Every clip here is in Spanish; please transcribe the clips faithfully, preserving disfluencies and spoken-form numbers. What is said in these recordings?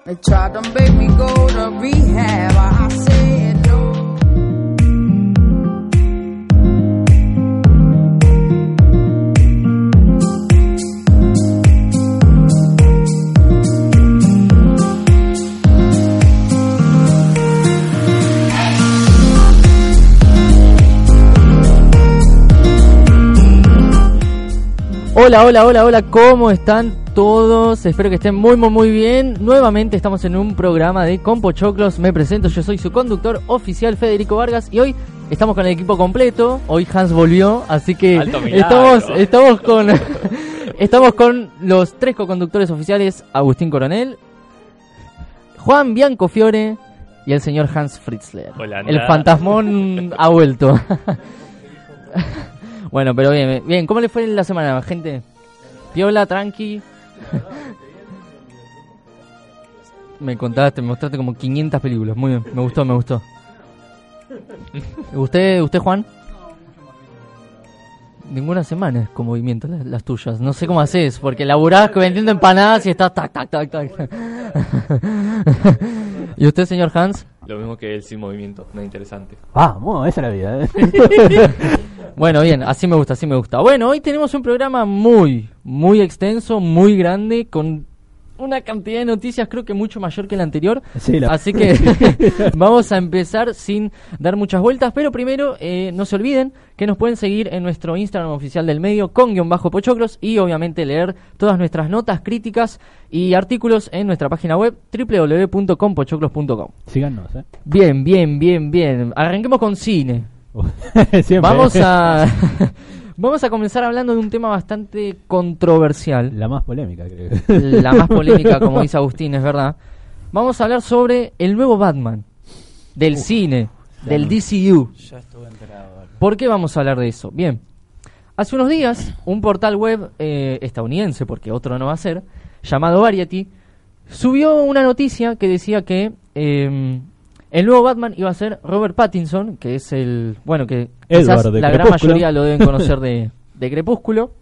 They tried to make me go to rehab. I said no. Hola, hola, hola, hola, ¿cómo están todos? Espero que estén muy, muy, muy bien. Nuevamente estamos en un programa de Con Pochoclos. Me presento, yo soy su conductor oficial, Federico Vargas, y hoy estamos con el equipo completo. Hoy Hans volvió, así que estamos, estamos con estamos con los tres co-conductores oficiales: Agustín Coronel, Juan Biancofiore y el señor Hans Fritzler. Hola, el fantasmón ha vuelto. Bueno, pero bien, bien, ¿cómo le fue la semana, gente? Piola, tranqui. Me contaste, me mostraste como quinientas películas. Muy bien, me gustó, me gustó. ¿Usted, usted Juan? Ninguna semana con movimiento las, las tuyas. No sé cómo haces, porque laburás vendiendo empanadas y estás tac, tac, tac, tac. ¿Y usted, señor Hans? Lo mismo que él, sin movimiento, no interesante. Vamos, esa es la vida, ¿eh? Bueno, bien, así me gusta, así me gusta. Bueno, hoy tenemos un programa muy, muy extenso, muy grande, con una cantidad de noticias creo que mucho mayor que el anterior. Sí, la... Así que vamos a empezar sin dar muchas vueltas, pero primero eh, no se olviden que nos pueden seguir en nuestro Instagram oficial del medio con guión bajo pochoclos y obviamente leer todas nuestras notas, críticas y artículos en nuestra página web doble u doble u doble u punto com pochoclos punto com. Síganos, ¿eh? Bien, bien, bien, bien. Arranquemos con cine. Siempre. Vamos a vamos a comenzar hablando de un tema bastante controversial. La más polémica, creo. La más polémica, como dice Agustín, es verdad. Vamos a hablar sobre el nuevo Batman del Uf, cine, del D C U. Ya estuve enterado. ¿Por qué vamos a hablar de eso? Bien, hace unos días un portal web eh, estadounidense, porque otro no va a ser, llamado Variety, subió una noticia que decía que eh, el nuevo Batman iba a ser Robert Pattinson, que es el... Bueno, que quizás la Crepúsculo. Gran mayoría lo deben conocer de, de Crepúsculo.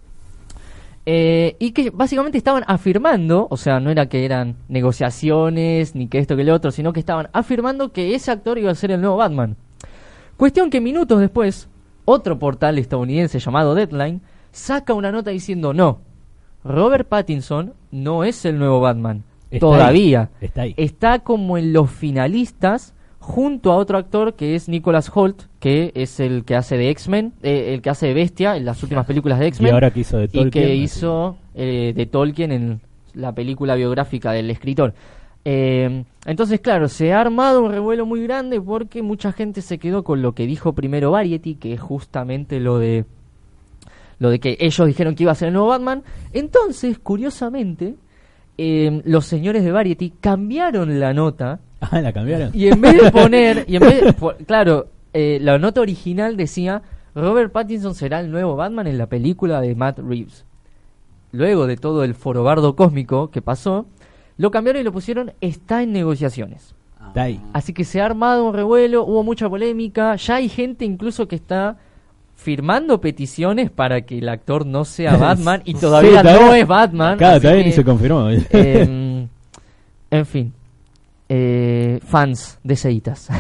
Eh, y que básicamente estaban afirmando, o sea, no era que eran negociaciones, ni que esto que lo otro, sino que estaban afirmando que ese actor iba a ser el nuevo Batman. Cuestión que minutos después, otro portal estadounidense llamado Deadline saca una nota diciendo no, Robert Pattinson no es el nuevo Batman. Está Todavía. Ahí. Está ahí. Está como en los finalistas junto a otro actor que es Nicholas Hoult, que es el que hace de X-Men, eh, el que hace de Bestia en las últimas películas de X-Men. Y ahora que hizo de Tolkien. Y que hizo eh, de Tolkien en la película biográfica del escritor. Eh, entonces, claro, se ha armado un revuelo muy grande porque mucha gente se quedó con lo que dijo primero Variety, que es justamente lo de lo de que ellos dijeron que iba a ser el nuevo Batman. Entonces, curiosamente, eh, los señores de Variety cambiaron la nota. Ah, la cambiaron. Y en vez de poner, y en vez de, por, claro, eh, la nota original decía Robert Pattinson será el nuevo Batman en la película de Matt Reeves. Luego de todo el forobardo cósmico que pasó, lo cambiaron y lo pusieron está en negociaciones. Está ahí. Así que se ha armado un revuelo, hubo mucha polémica, ya hay gente incluso que está firmando peticiones para que el actor no sea Batman y todavía, sí, todavía no es Batman. Claro, todavía ni se confirmó. Eh, en fin. Eh, fans de Seitas.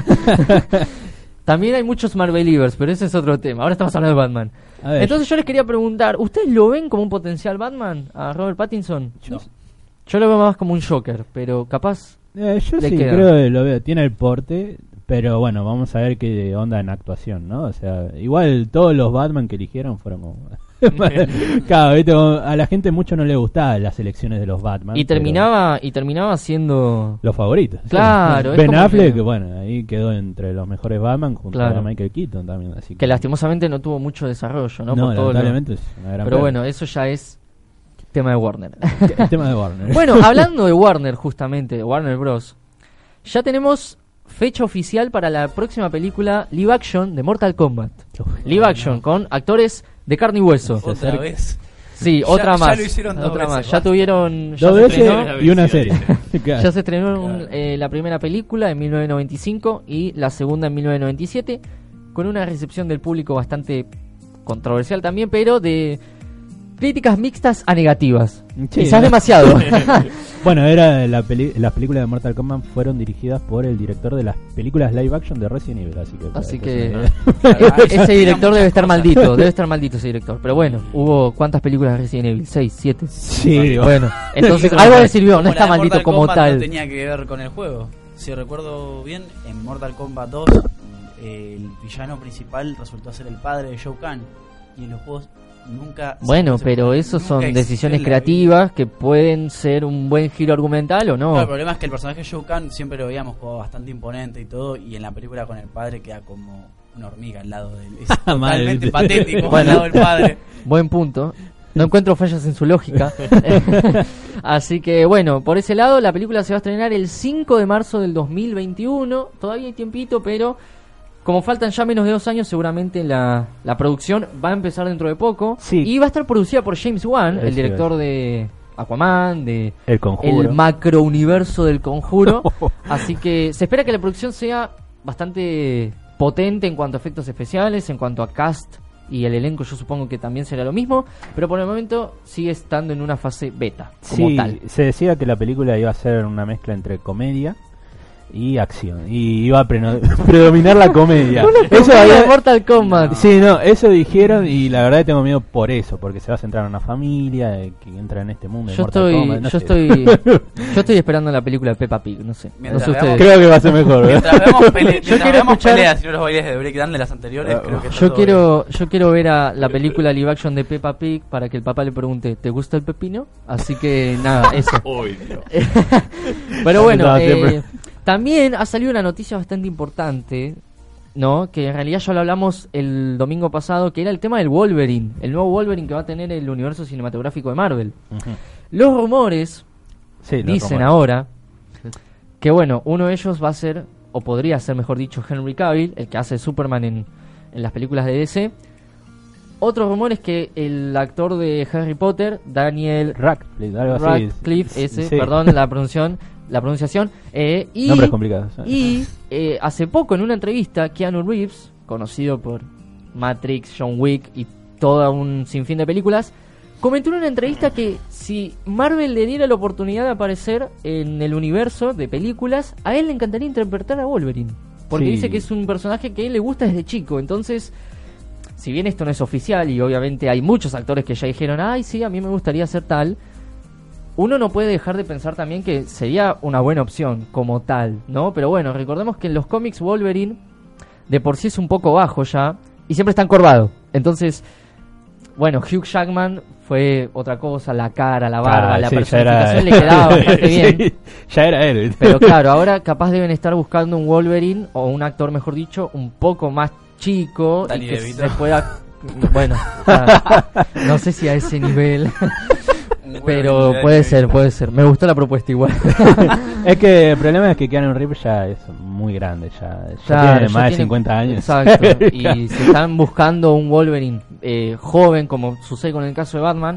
También hay muchos Marvelivers, pero ese es otro tema. Ahora estamos hablando de Batman. Entonces yo les quería preguntar, ¿ustedes lo ven como un potencial Batman a Robert Pattinson? No. Yo lo veo más como un Joker, pero capaz eh, yo sí queda. creo que lo veo, tiene el porte, pero bueno, vamos a ver qué onda en actuación, ¿no? O sea, igual todos los Batman que eligieron fueron como... Claro, ¿viste? A la gente mucho no le gustaban las elecciones de los Batman y terminaba y terminaba siendo los favoritos. Claro, sí. Ben Affleck, que bueno, ahí quedó entre los mejores Batman junto claro. a Michael Keaton también, así que, que lastimosamente no tuvo mucho desarrollo, ¿no? No, Por todo lamentablemente lo... es una gran Pero pena. bueno, eso ya es tema de Warner. El tema de Warner. Bueno, hablando de Warner justamente, de Warner Bros. Ya tenemos fecha oficial para la próxima película live action de Mortal Kombat. Live action con actores de carne y hueso. ¿Otra vez? Sí, ya, otra más. Ya lo hicieron dos otra veces, más. Ya tuvieron ya dos se veces estrenó, y una serie. Claro. Ya se estrenó un, eh, la primera película en mil novecientos noventa y cinco y la segunda en mil novecientos noventa y siete con una recepción del público bastante controversial también, pero de críticas mixtas a negativas. Sí, Quizás ¿no? demasiado. Bueno, era la peli las películas de Mortal Kombat fueron dirigidas por el director de las películas live action de Resident Evil, así que Así para que se me- ese director debe estar maldito, debe estar maldito ese director. Pero bueno, hubo ¿cuántas películas de Resident Evil? ¿Seis? ¿Siete? Sí, Bueno, entonces Sí, algo como- le sirvió, no Como está la de maldito Mortal como Kombat tal. No tenía que ver con el juego. Si recuerdo bien, en Mortal Kombat dos eh, el villano principal resultó ser el padre de Shao Kahn. Y en los juegos nunca... Bueno, se- pero eso nunca son existió decisiones en la creativas que pueden ser un buen giro argumental o no. Claro, el problema es que el personaje de Shao Kahn siempre lo veíamos como bastante imponente y todo, y en la película con el padre queda como una hormiga al lado de él. Es Mal. totalmente patético Bueno. al lado del padre. Buen punto. No encuentro fallas en su lógica. Así que bueno, por ese lado la película se va a estrenar el cinco de marzo del dos mil veintiuno. Todavía hay tiempito, pero como faltan ya menos de dos años, seguramente la, la producción va a empezar dentro de poco. Sí. Y va a estar producida por James Wan, Eso el director de Aquaman, de El Conjuro. el macro universo del Conjuro. Así que se espera que la producción sea bastante potente en cuanto a efectos especiales, en cuanto a cast y el elenco. Yo supongo que también será lo mismo, pero por el momento sigue estando en una fase beta como Sí, tal. se decía que la película iba a ser una mezcla entre comedia y acción, y iba a preno- predominar la comedia. Eso de había- Mortal Kombat. Sí, no, eso dijeron, y la verdad que tengo miedo por eso, porque se va a centrar en una familia eh, que entra en este mundo de Yo Mortal estoy, Kombat, no yo sé. estoy, yo estoy esperando la película de Peppa Pig, no sé, no Mientras sé veamos- ustedes. Creo que va a ser mejor, ¿verdad? Mientras veamos, pele mientras quiero veamos escuchar- peleas y no los bailes de breakdown de las anteriores, creo que está Yo todo quiero, yo quiero ver a la película live action de Peppa Pig para que el papá le pregunte, ¿te gusta el pepino? Así que nada, eso. Uy, Dios. Pero bueno, No, eh, siempre. también ha salido una noticia bastante importante, ¿no? Que en realidad ya lo hablamos el domingo pasado, que era el tema del Wolverine, el nuevo Wolverine que va a tener el universo cinematográfico de Marvel. Ujú. Los rumores Sí, los dicen rumores. ahora que, bueno, uno de ellos va a ser, o podría ser, mejor dicho, Henry Cavill, el que hace Superman en, en las películas de D C. Otro rumor es que el actor de Harry Potter, Daniel Radcliffe, algo así. Radcliffe, ese, Sí. perdón la pronunciación, la pronunciación, eh, y, Nombres complicados. y eh, hace poco en una entrevista, Keanu Reeves, conocido por Matrix, John Wick y todo un sinfín de películas, comentó en una entrevista que si Marvel le diera la oportunidad de aparecer en el universo de películas, a él le encantaría interpretar a Wolverine, porque Sí. dice que es un personaje que a él le gusta desde chico. Entonces, si bien esto no es oficial y obviamente hay muchos actores que ya dijeron, ay sí, a mí me gustaría ser tal, uno no puede dejar de pensar también que sería una buena opción como tal, ¿no? Pero bueno, recordemos que en los cómics Wolverine de por sí es un poco bajo ya y siempre está encorvado. Entonces, bueno, Hugh Jackman fue otra cosa, la cara, la barba, Ah, la sí, ya personificación era- le quedaba bastante bien. Sí, ya era él. ¿viste? Pero claro, ahora capaz deben estar buscando un Wolverine, o un actor mejor dicho, un poco más chico Danny y que DeVito. se pueda... Bueno, claro, no sé si a ese nivel, Un pero Wolverine puede de- ser, puede ser. Me gustó la propuesta igual. Es que el problema es que Keanu Reeves ya es muy grande, ya, ya Claro, tiene ya más de tiene- cincuenta años. Exacto. Y si están buscando un Wolverine eh, joven, como sucede con el caso de Batman,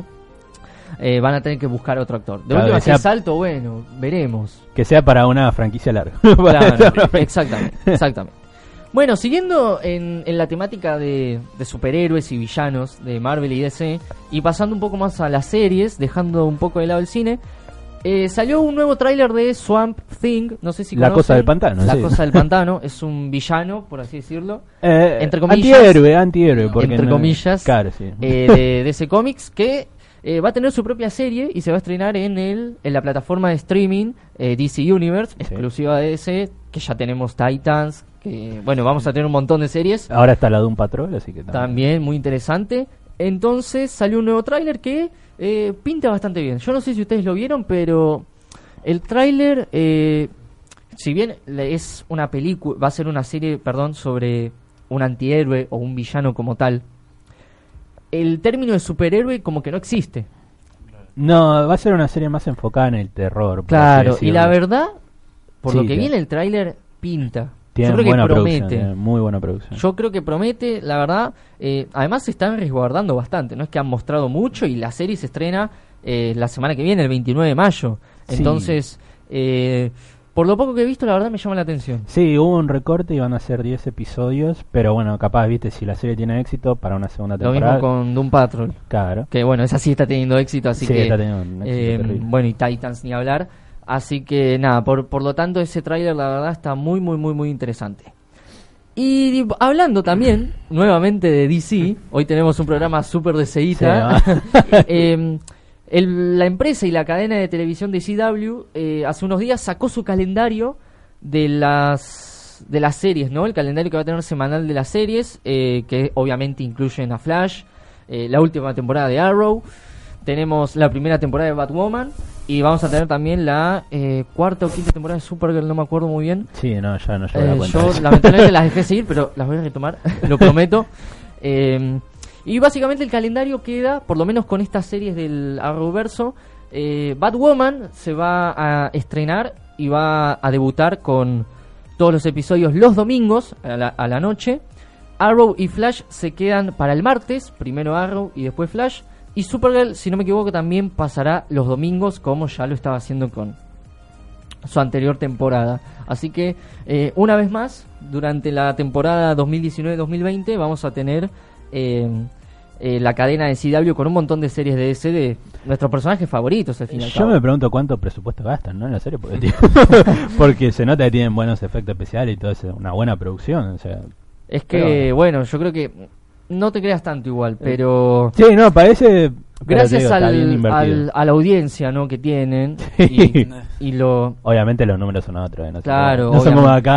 eh, van a tener que buscar otro actor. De Claro, última, que si sea- es alto, bueno, veremos. Que sea para una franquicia larga. Claro, exactamente, exactamente. Bueno, siguiendo en, en la temática de, de superhéroes y villanos de Marvel y D C, y pasando un poco más a las series, dejando un poco de lado el cine, eh, salió un nuevo tráiler de Swamp Thing, no sé si La conocen. cosa del pantano, La sí. cosa del pantano, es un villano, por así decirlo, Eh, Entre comillas. Antihéroe, antihéroe. Porque Entre no- comillas. Claro, sí. eh, de D C Comics, que eh, va a tener su propia serie y se va a estrenar en el en la plataforma de streaming eh, D C Universe, Sí. exclusiva de D C, que ya tenemos Titans, que bueno, vamos a tener un montón de series, Ahora está la Doom Patrol, así que también muy interesante. Entonces salió un nuevo tráiler que eh, pinta bastante bien. Yo no sé si ustedes lo vieron, pero el tráiler, eh, si bien le- es una película, va a ser una serie, perdón, sobre un antihéroe o un villano como tal, el término de superhéroe como que no existe. No, va a ser una serie más enfocada en el terror. por Claro, así y la decirlo. verdad, por Sí, lo que sí. vi en el tráiler, pinta. Tiene Yo creo que buena promete. producción, tiene muy buena producción. Yo creo que promete, la verdad. Eh, además se están resguardando bastante. No es que han mostrado mucho y la serie se estrena eh, la semana que viene, el veintinueve de mayo. Sí. Entonces, eh, por lo poco que he visto, la verdad me llama la atención. Sí, hubo un recorte y van a ser diez episodios, pero bueno, capaz, viste, si la serie tiene éxito para una segunda Lo temporada. mismo con Doom Patrol. Claro. Que bueno, esa sí está teniendo éxito, así Sí, que... está teniendo un éxito eh, terrible. bueno, y Titans ni hablar. Así que nada, por, por lo tanto ese tráiler la verdad está muy muy muy muy interesante. Y hablando también nuevamente de D C, hoy tenemos un programa súper de ceíta. Sí, eh, el, la empresa y la cadena de televisión de C W eh, hace unos días sacó su calendario de las de las series, ¿no? El calendario que va a tener semanal de las series, eh, que obviamente incluyen a Flash, eh, la última temporada de Arrow, tenemos la primera temporada de Batwoman y vamos a tener también la eh, cuarta o quinta temporada de Supergirl, no me acuerdo muy bien. Sí, no, ya no llevo Eh, la cuenta. yo lamentablemente las dejé seguir, pero las voy a retomar, lo prometo. Eh, y básicamente el calendario queda, por lo menos con estas series del Arrowverso, eh, Batwoman se va a estrenar y va a debutar con todos los episodios los domingos a la, a la noche. Arrow y Flash se quedan para el martes, primero Arrow y después Flash. Y Supergirl, si no me equivoco, también pasará los domingos como ya lo estaba haciendo con su anterior temporada. Así que, eh, una vez más, durante la temporada dos mil diecinueve dos mil veinte vamos a tener eh, eh, la cadena de C W con un montón de series de D C de nuestros personajes favoritos, al fin y al Yo cabo. me pregunto cuánto presupuesto gastan, ¿no? En la serie, porque, tío, porque se nota que tienen buenos efectos especiales y todo eso, una buena producción, o sea. Es que, Pero- bueno, yo creo que no te creas tanto igual, pero Sí, no, parece. pero gracias te digo, está bien al, invertido. al- a la audiencia, ¿no?, que tienen Sí. y, y lo... Obviamente los números son otros, ¿eh? No Claro, somos, no somos obviamente.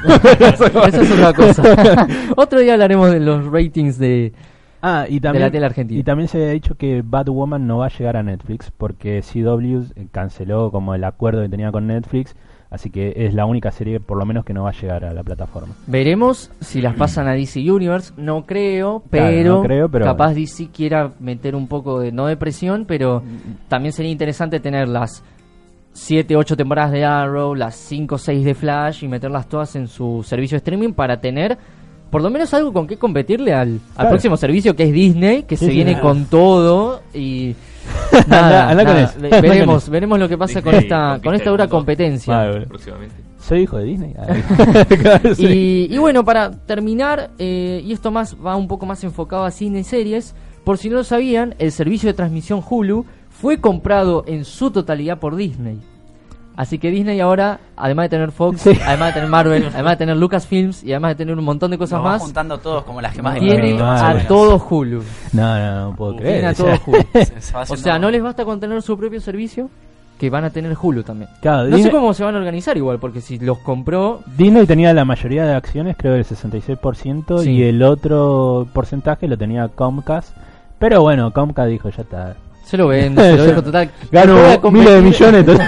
acá. Eso es otra cosa. Otro día hablaremos de los ratings de... Ah, y de también, la tele argentina. y también se ha dicho que Batwoman no va a llegar a Netflix porque C W canceló como el acuerdo que tenía con Netflix, así que es la única serie por lo menos que no va a llegar a la plataforma. Veremos si las pasan a D C Universe. No creo, Claro, pero, no creo, pero capaz bueno. D C quiera meter un poco de, no de presión, pero también sería interesante tener las siete, ocho temporadas de Arrow, las cinco, seis de Flash y meterlas todas en su servicio de streaming para tener por lo menos algo con qué competirle al, al Claro. próximo servicio, que es Disney, que Sí, se sí, viene claro. con todo y Anda- nada, anda con nada, eso, ve- anda con veremos, eso. veremos lo que pasa con Disney esta conquista con esta el dura mundo. competencia. Vale. Próximamente. ¿Soy hijo de Disney? Ah, claro, sí. Y, y bueno, para terminar, eh, y esto más va un poco más enfocado a cine y series, por si no lo sabían, el servicio de transmisión Hulu fue comprado en su totalidad por Disney. Así que Disney ahora, además de tener Fox, Sí. además de tener Marvel, además de tener Lucasfilms y además de tener un montón de cosas Nos va más, juntando todos como las que más tiene Ah, más o a menos. todo Hulu. No, no, no puedo creer. Tiene a o todo sea, Hulu. Se- se va O haciendo- sea, no les basta con tener su propio servicio, que van a tener Hulu también. Claro, No sé Disney, cómo se van a organizar igual, porque si los compró... Disney tenía la mayoría de acciones, creo el sesenta y seis por ciento, Sí. y el otro porcentaje lo tenía Comcast. Pero bueno, Comcast dijo, ya está. Se lo vende, se lo dejo total. Gano Pueda miles de competir- millones, total.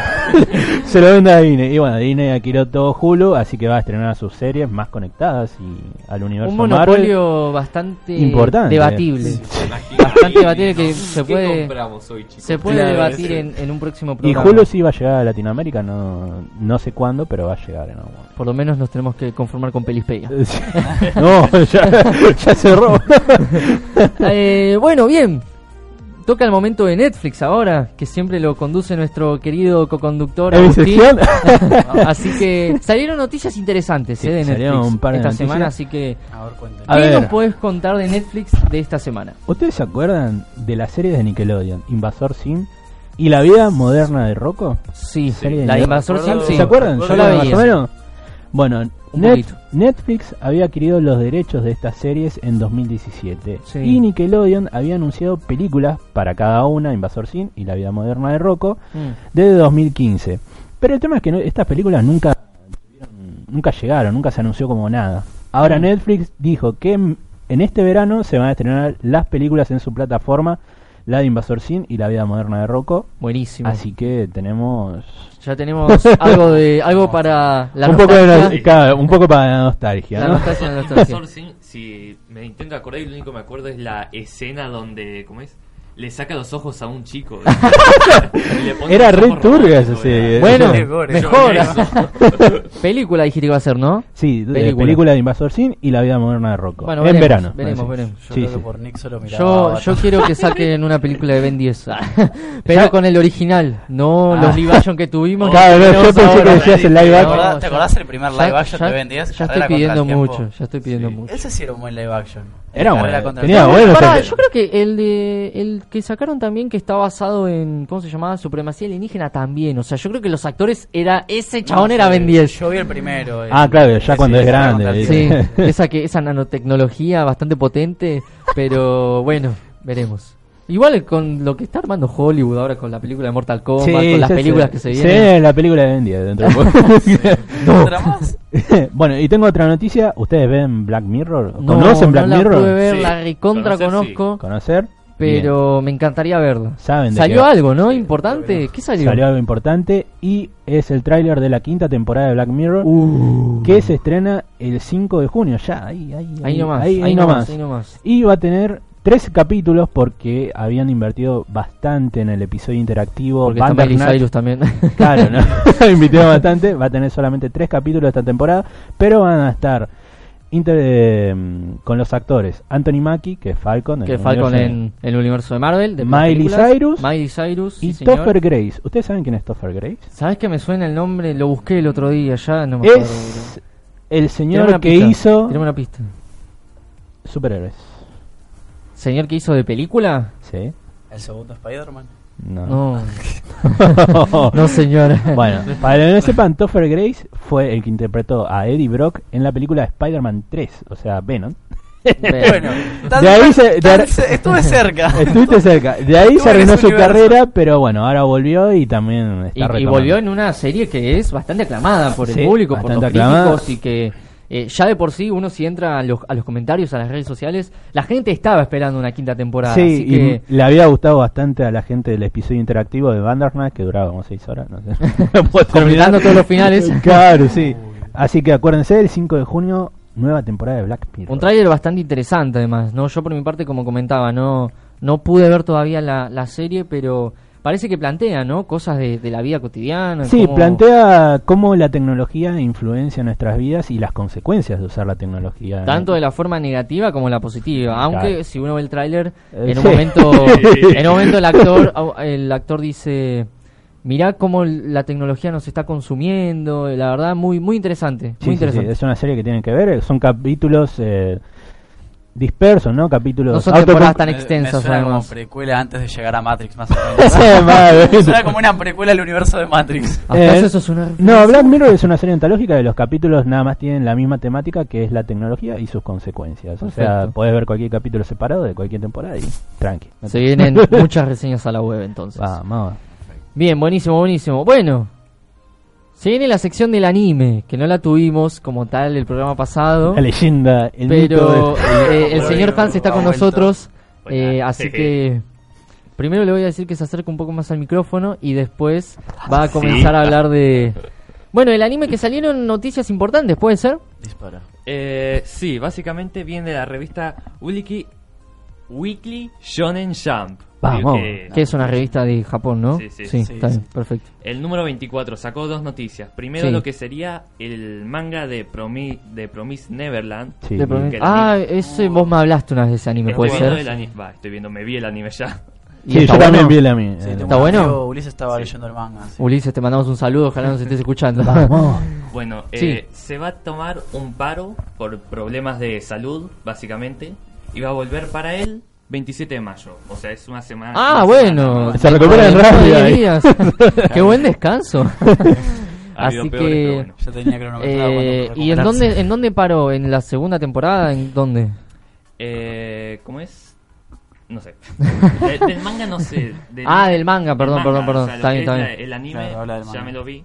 Se lo vende a Disney. Y bueno, Disney adquirió todo Hulu, así que va a estrenar sus series más conectadas y al universo Un Marvel. monopolio bastante Importante. debatible. Imagínate. Bastante debatible que se ¿Qué puede compramos hoy, chicos? se puede Claro, debatir sí. en, en un próximo Y programa. Hulu sí va a llegar a Latinoamérica, no, no sé cuándo, pero va a llegar en algún momento. Por lo menos nos tenemos que conformar con Pelispedia. No, ya, ya cerró. eh, bueno, bien. Toca el momento de Netflix ahora, que siempre lo conduce nuestro querido coconductor ¿En mi Agustín. sección? Así que salieron noticias interesantes Sí, eh, de salieron Netflix un par de esta noticias. semana, así que A ver, cuéntanos. A ¿qué ver. nos podés contar de Netflix de esta semana? ¿Ustedes se acuerdan de las series de Nickelodeon, Invasor Sim y La vida moderna de Rocco? Sí, Serie de la de Netflix. Invasor Sim, sí. ¿Se acuerdan? Yo la vi. más o menos. Bueno, Un Net- poquito. Netflix había adquirido los derechos de estas series en dos mil diecisiete Sí. y Nickelodeon había anunciado películas para cada una, Invasor Sim y La vida moderna de Rocco, Mm. desde dos mil quince. Pero el tema es que no- estas películas nunca nunca llegaron, nunca se anunció como nada. Ahora Mm. Netflix dijo que en en este verano se van a estrenar las películas en su plataforma, la de Invasor Sim y La vida moderna de Rocco. Buenísimo. Así que tenemos Ya tenemos algo de algo para la un poco, de nostalgia. no- claro, un poco para la nostalgia, La ¿no? nostalgia, la nostalgia. Invasor Sim, si me intento acordar, y lo único que me acuerdo es la escena donde, ¿cómo es? Le saca los ojos a un chico. Y le pone Era los re ojos turbia esa robóticos, serie. era- Bueno, Qué gore. mejor. Yo eso. Película dijiste que iba a ser, ¿no? Sí, de- Película. película. de Invasor Sim y La vida moderna de Rocco. Bueno, en veremos, verano. veremos, Sí. veremos. Yo Sí, creo sí. que por Nick solo miraba Yo, Avatar. yo quiero que saquen una película de Ben diez, pero Ya- con el original, no Ah. los live action que tuvimos. Claro, que no, yo tenemos pensé que ahora. decías el live ¿Te action. acordás, No, te ya- acordás el primer ya- live action ya- de Ben diez? Ya estoy Carrera contra el pidiendo tiempo. mucho, ya estoy pidiendo Sí. mucho. Ese sí era un buen live action. Era Carrera bueno, contra el tenía tiempo. bueno. Pará, ese- yo creo que el de el que sacaron también que está basado en, ¿cómo se llamaba? Supremacía alienígena también. O sea, yo creo que los actores era, ese chabón No era sé, Ben diez. Yo vi el primero. el- Ah, claro, ya sí, cuando es esa grande. onda, Sí, esa que esa nanotecnología bastante potente, pero bueno, veremos. Igual con lo que está armando Hollywood ahora con la película de Mortal Kombat, Sí, con las ya películas sé. que se vienen. Sí, la película de Ben diez dentro de poco. ¿Otra más? Bueno, y tengo otra noticia. ¿Ustedes ven Black Mirror? No, ¿Conocen Black no la Mirror? pude ver, Sí, la recontra conocer, conozco, ¿Conocer? pero me encantaría verla. ¿Saben de Salió qué? algo, ¿no? Importante. ¿Qué salió? Salió algo importante y es el tráiler de la quinta temporada de Black Mirror Uh. que se estrena el cinco de junio. Ya, ahí, ahí, Ahí nomás, ahí, ahí, ahí nomás, nomás. ahí nomás. Y va a tener tres capítulos porque habían invertido bastante en el episodio interactivo. Porque está Miley Bandersnatch. Cyrus también. Claro, ¿no? Invirtieron bastante. Va a tener solamente tres capítulos esta temporada, pero van a estar inter- eh, con los actores Anthony Mackie, que es Falcon, que el Falcon universo- en el universo de Marvel. De las Miley películas. Cyrus Miley Cyrus. y sí, señor. Topher Grace. ¿Ustedes saben quién es Topher Grace? ¿Sabes que me suena el nombre? Lo busqué el otro día, ya no me acuerdo. Es el Tirame señor una que pista, hizo tirame una pista. superhéroes. ¿Señor que hizo de película? ¿Sí? El segundo Spider-Man. No. No. No, señora. Bueno, para que no sepan, Topher Grace fue el que interpretó a Eddie Brock en la película Spider-Man tres, o sea, Venom. Bueno, tan- De ahí se- tan de- ce- estuve cerca. Estuviste cerca. De ahí se Estuve en arruinó ese su universo. carrera, pero bueno, ahora volvió y también está Y, y retomando. volvió en una serie que es bastante aclamada por el Sí, público, por los bastante críticos aclamada. y que eh, ya de por sí uno si entra a los, a los comentarios, a las redes sociales, la gente estaba esperando una quinta temporada. Sí, así que y le había gustado bastante a la gente del episodio interactivo de Bandersnatch, que duraba como seis horas, no sé. No puedo terminar. completando todos los finales. Claro, sí. Así que acuérdense, el cinco de junio, nueva temporada de Black Mirror. Un tráiler bastante interesante además, ¿no? Yo por mi parte, como comentaba, no no pude ver todavía la, la serie, pero parece que plantea, ¿no? Cosas de, de la vida cotidiana. Sí, cómo- plantea cómo la tecnología influencia nuestras vidas y las consecuencias de usar la tecnología. tanto de la forma negativa como la positiva. Aunque Claro. si uno ve el tráiler, Eh, en un sí. momento en un momento el actor el actor dice, mirá cómo la tecnología nos está consumiendo. La verdad, muy muy interesante. Sí, Muy sí, sí, interesante. es una serie que tienen que ver, son capítulos eh, dispersos, ¿no? Capítulos No son autocom- temporadas tan Me- extensas, me suena además. como precuela antes de llegar a Matrix, más o Sí, menos. madre. Me suena como una precuela del universo de Matrix. Hasta Eh, eso es una No, Black Mirror es una serie antológica de los capítulos nada más tienen la misma temática que es la tecnología y sus consecuencias. O sea, Perfecto. podés ver cualquier capítulo separado de cualquier temporada y tranqui. no Se te- vienen muchas reseñas a la web entonces. Vamos. Bien, buenísimo, buenísimo. Bueno, se viene la sección del anime, que no la tuvimos como tal el programa pasado. La leyenda, el Pero mito de- eh, el señor Hans está ha con vuelto. nosotros, Bueno, eh, así sí. que primero le voy a decir que se acerque un poco más al micrófono y después va a comenzar a hablar de... Bueno, el anime que salieron noticias importantes, ¿puede ser? Dispara. Eh, sí, básicamente viene de la revista Wiki, Weekly Shonen Jump. Vamos. Que- Que es una revista de Japón, ¿no? Sí, sí. Sí, está sí. bien, perfecto. El número veinticuatro sacó dos noticias. Primero Sí. lo que sería el manga de, Promi, de Promise Neverland. Sí. De promen- que el ah, anime- ese vos me hablaste una vez de ese anime, Estoy ¿puede viendo ser? el ani- va, estoy viendo, me vi el anime ya. ¿Y Sí, está yo también bueno? vi el anime. Sí, Eh, tengo ¿Está un bueno? amigo, Ulises estaba Sí. leyendo el manga. sí. Ulises, te mandamos un saludo, ojalá nos estés escuchando. Vamos. Bueno, Sí. eh, se va a tomar un paro por problemas de salud, básicamente, y va a volver para él veintisiete de mayo. O sea, es una semana. Ah, una bueno. semana Se recuperan Dentro de rápido diez ahí. días. Qué buen descanso. Ha habido Así peores, que... pero bueno. Ya tenía cronometrado Eh, cuando ¿Y en recuperarse. dónde, en dónde paró? ¿En la segunda temporada? ¿En dónde? Eh, ¿Cómo es? No sé. De- del manga no sé. Del, Ah, del manga, perdón, perdón, perdón. o sea, lo Está que bien, es está la- bien. El anime, Claro, habla del ya manga. me lo vi.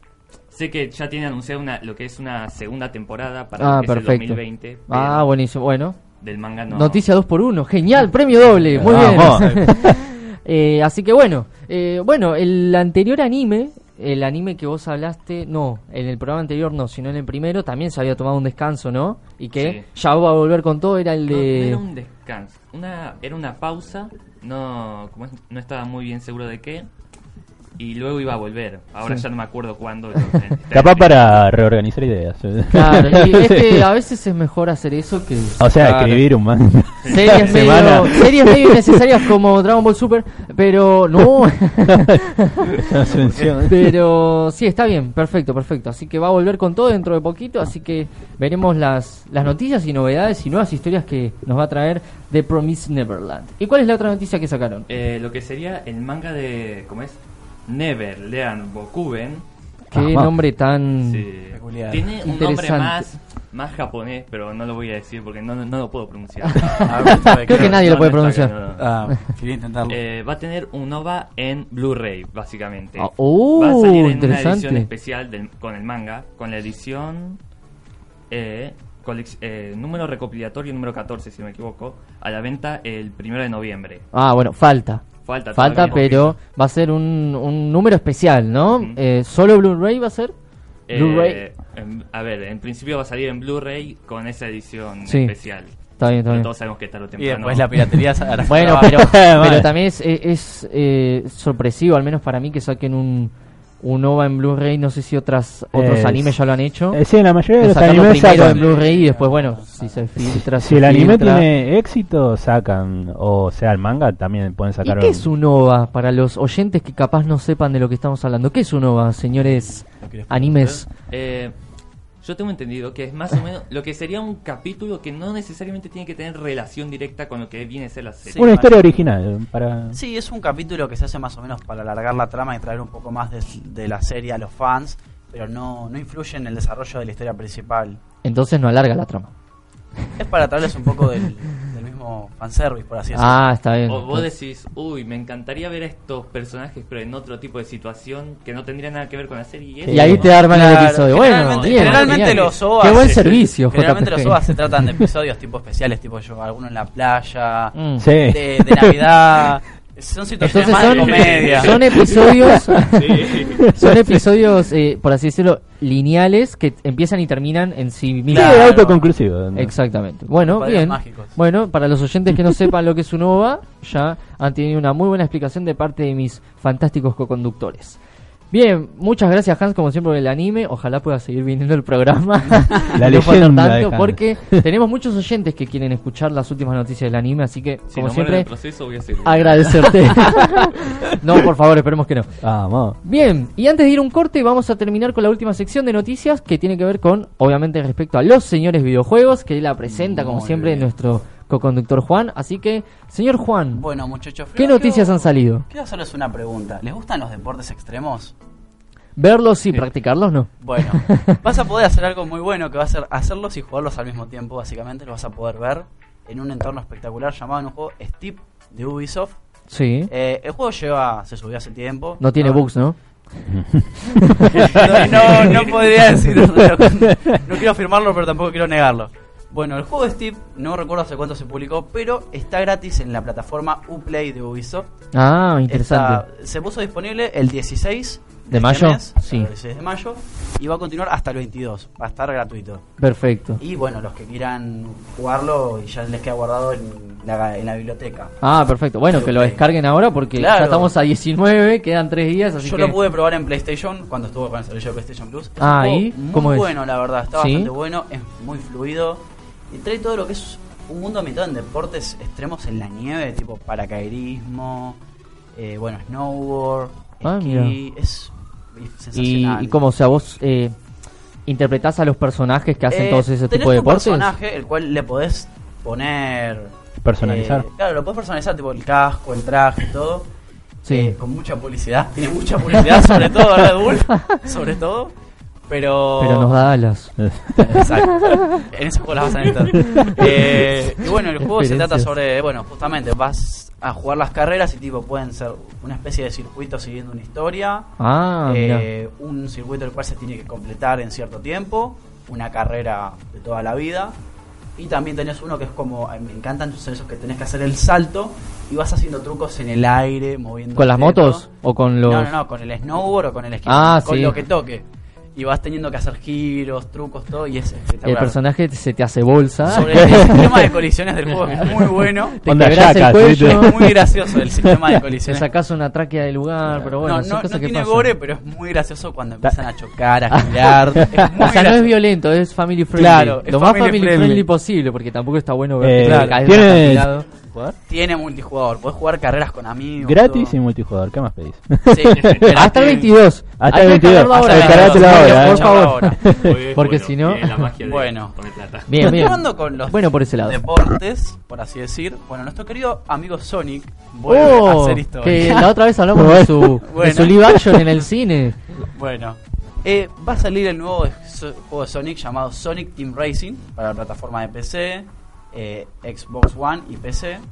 Sé que ya tiene anunciado una, lo que es una segunda temporada para Ah, lo que es el perfecto. dos mil veinte. Ah, pero buenísimo. Bueno, del manga no. noticia dos por uno. Genial, premio doble. Muy Vamos. bien. Eh, así que bueno, eh, bueno, el anterior anime, el anime que vos hablaste, no, en el programa anterior no, sino en el primero también se había tomado un descanso, ¿no? Y que ya va a volver con todo, era el No, no de... era un descanso, una, era una pausa, no, como es- no estaba muy bien seguro de qué. y luego iba a volver. Ahora Sí. ya no me acuerdo cuándo. Capaz para reorganizar ideas. Claro, y es que a veces es mejor hacer eso que... O sea, Claro. escribir un manga. Series Semana. medio, series medio innecesarias como Dragon Ball Super, pero no. Asunción. Pero sí, está bien, perfecto, perfecto. Así que va a volver con todo dentro de poquito, así que veremos las, las noticias y novedades y nuevas historias que nos va a traer The Promised Neverland. ¿Y cuál es la otra noticia que sacaron? Eh, lo que sería el manga de, ¿cómo es? Neverland Bokuben. Qué Ajá. nombre tan... Sí. Peculiar. Tiene un nombre Interesante. más, más japonés, pero no lo voy a decir porque no, no lo puedo pronunciar. A ver, sabe, Creo que nadie lo puede No, no está pronunciar. bien, no, no. Ah, quería intentarlo. Eh, va a tener un O V A en Blu-ray, básicamente. Ah, oh, va a salir en interesante. una edición especial del- con el manga, con la edición eh, colec- eh, número recopilatorio número catorce, si no me equivoco, a la venta el primero de noviembre. Ah, bueno, falta. Falta, Falta, todavía. pero va a ser un, un número especial, ¿no? Ujú. Eh, ¿Solo Blu-ray va a ser? Eh, Blu-ray. en- a ver, en principio va a salir en Blu-ray con esa edición Sí. especial. Está bien, está Pero bien. todos sabemos que tarde o Y temprano. después la piratería se hará- Bueno, Ah, pero, Vale. pero también es, es, es, eh, sorpresivo, al menos para mí, que saquen un, un O V A en Blu-ray. No sé si otras otros Es- animes ya lo han hecho. Eh, sí, en la mayoría de De los sacarlo animes primero sacan. en Blu-ray y después, bueno, si se filtra. Si se el anime filtra. tiene éxito, sacan. O sea, el manga también pueden ¿Y sacar. qué es un O V A para los oyentes que capaz no sepan de lo que estamos hablando? ¿Qué es un O V A, señores ¿Lo querés animes? Eh, yo tengo entendido que es más o menos lo que sería un capítulo que no necesariamente tiene que tener relación directa con lo que viene a ser la serie. Sí, Una vale. historia original. Para... Sí, es un capítulo que se hace más o menos para alargar la trama y traer un poco más de, de la serie a los fans, pero no, no influye en el desarrollo de la historia principal. Entonces no alarga la trama. Es para traerles un poco del, del mismo fanservice, por así decirlo. Ah, está bien. O vos decís, uy, me encantaría ver a estos personajes, pero en otro tipo de situación que no tendría nada que ver con la serie. Y ahí te arman el Claro, episodio. Bueno, generalmente, bien, generalmente genial. los O V A Qué buen se- servicio, Generalmente J P G. los O V A se tratan de episodios tipo especiales, tipo yo, alguno en la playa, Mm. Sí. de, de Navidad. Son situaciones Entonces más de son, comedia. son episodios, son episodios, eh, por así decirlo, lineales que empiezan y terminan en sí Sí, mismos. Claro. autoconclusivo. ¿no? Exactamente. Bueno, Poderes bien. mágicos. Bueno, para los oyentes que no sepan lo que es un O V A, ya han tenido una muy buena explicación de parte de mis fantásticos coconductores. Bien, muchas gracias Hans, como siempre, por el anime. Ojalá pueda seguir viniendo el programa. La No falta leyenda de tanto, Hans. porque tenemos muchos oyentes que quieren escuchar las últimas noticias del anime, así que, Si como no muere en siempre, el proceso, voy a seguir. agradecerte. No, por favor, esperemos que no. Vamos. Bien, y antes de ir a un corte vamos a terminar con la última sección de noticias que tiene que ver con, obviamente, respecto a los señores videojuegos, que la presenta como Muy siempre bien. nuestro coconductor Juan. Así que, señor Juan, Bueno, muchachos, ¿qué primero noticias quiero- han salido? Quiero hacerles una pregunta. ¿Les gustan los deportes extremos? Verlos y practicarlos, no. Bueno, vas a poder hacer algo muy bueno que va a ser hacerlos y jugarlos al mismo tiempo. Básicamente los vas a poder ver en un entorno espectacular llamado en un juego Steep de Ubisoft. Sí. Eh, el juego lleva, se subió hace tiempo. No tiene bugs, ¿no? No, no, no podría decirlo. No quiero afirmarlo, pero tampoco quiero negarlo. Bueno, el juego Steep, no recuerdo hace cuánto se publicó, pero está gratis en la plataforma Uplay de Ubisoft. Ah, interesante. Está- se puso disponible el dieciséis ¿De este mayo? mes, Sí. el dieciséis de mayo, y va a continuar hasta el veintidós. Va a estar gratuito. Perfecto. Y bueno, los que quieran jugarlo y ya les queda guardado en la, en la biblioteca. Ah, perfecto. Bueno, que lo descarguen ahora porque Claro. ya estamos a diecinueve, quedan tres días, así Yo que... lo pude probar en PlayStation cuando estuve con el servicio de PlayStation Plus. Es Ah, un juego ¿y? muy ¿Cómo es? bueno, la verdad. Está ¿Sí? bastante bueno, es muy fluido. Y trae todo lo que es un mundo ambientado en deportes extremos en la nieve, tipo paracaidismo, eh, bueno, snowboard, Ah, esquí. mira. Es Y, sensacional. y como, o sea, vos eh, interpretás a los personajes que hacen Eh, todos ese tenés tipo de tu deportes. personaje, el cual le podés poner... Personalizar. eh, claro, lo podés personalizar, tipo el casco, el traje, todo. Sí. Eh, con mucha publicidad. Tiene mucha publicidad, sobre todo Red Bull. Sobre todo. Pero... Pero nos da alas. Exacto. En ese juego las vas a necesitar. Eh, y bueno, el juego se trata Referencias. sobre, bueno, justamente vas a jugar las carreras y tipo pueden ser una especie de circuito siguiendo una historia, Ah, eh, un circuito el cual se tiene que completar en cierto tiempo, una carrera de toda la vida. Y también tenés uno que es como, eh, me encantan esos que tenés que hacer el salto y vas haciendo trucos en el aire, moviendo ¿Con las motos o con los...? No, no, no, con el snowboard o con el esquí, Ah, con sí. lo que toque. y vas teniendo que hacer giros, trucos, todo, y es espectacular. El personaje se te hace bolsa. Sobre el sistema de colisiones del juego es muy bueno. Te Onda quebrás el Jackass, cuello. Es muy gracioso el sistema de Te colisiones. sacás una tráquea del lugar, pero bueno, no, son no, cosas no que tiene pasan. gore, pero es muy gracioso cuando empiezan a chocar, a girar. Es muy O sea, no es gracioso. violento, es family friendly. Claro, es Lo más family family friendly. friendly posible, porque tampoco está bueno ver Eh, que claro, te caes tiene- de acantilado. Tiene multijugador, podés jugar carreras con amigos. Gratis todo. y multijugador, ¿qué más pedís? Sí, pero Hasta el que- veintidós. Hasta Hay el que veintidós. descargarlo ahora. Descargátelo Por ahora, favor, eh. por favor. Ahora. Porque Bueno, si no- tiene la magia de Bueno. poner plata. Bien, bien. Continuando con los Bueno, por ese lado. deportes, por así decir. Bueno, nuestro querido amigo Sonic vuelve a Oh, hacer historia. que la otra vez hablamos de su, de Bueno. su live action en el cine. Bueno, eh, va a salir el nuevo so- juego de Sonic llamado Sonic Team Racing para la plataforma de P C, eh, Xbox One y P C.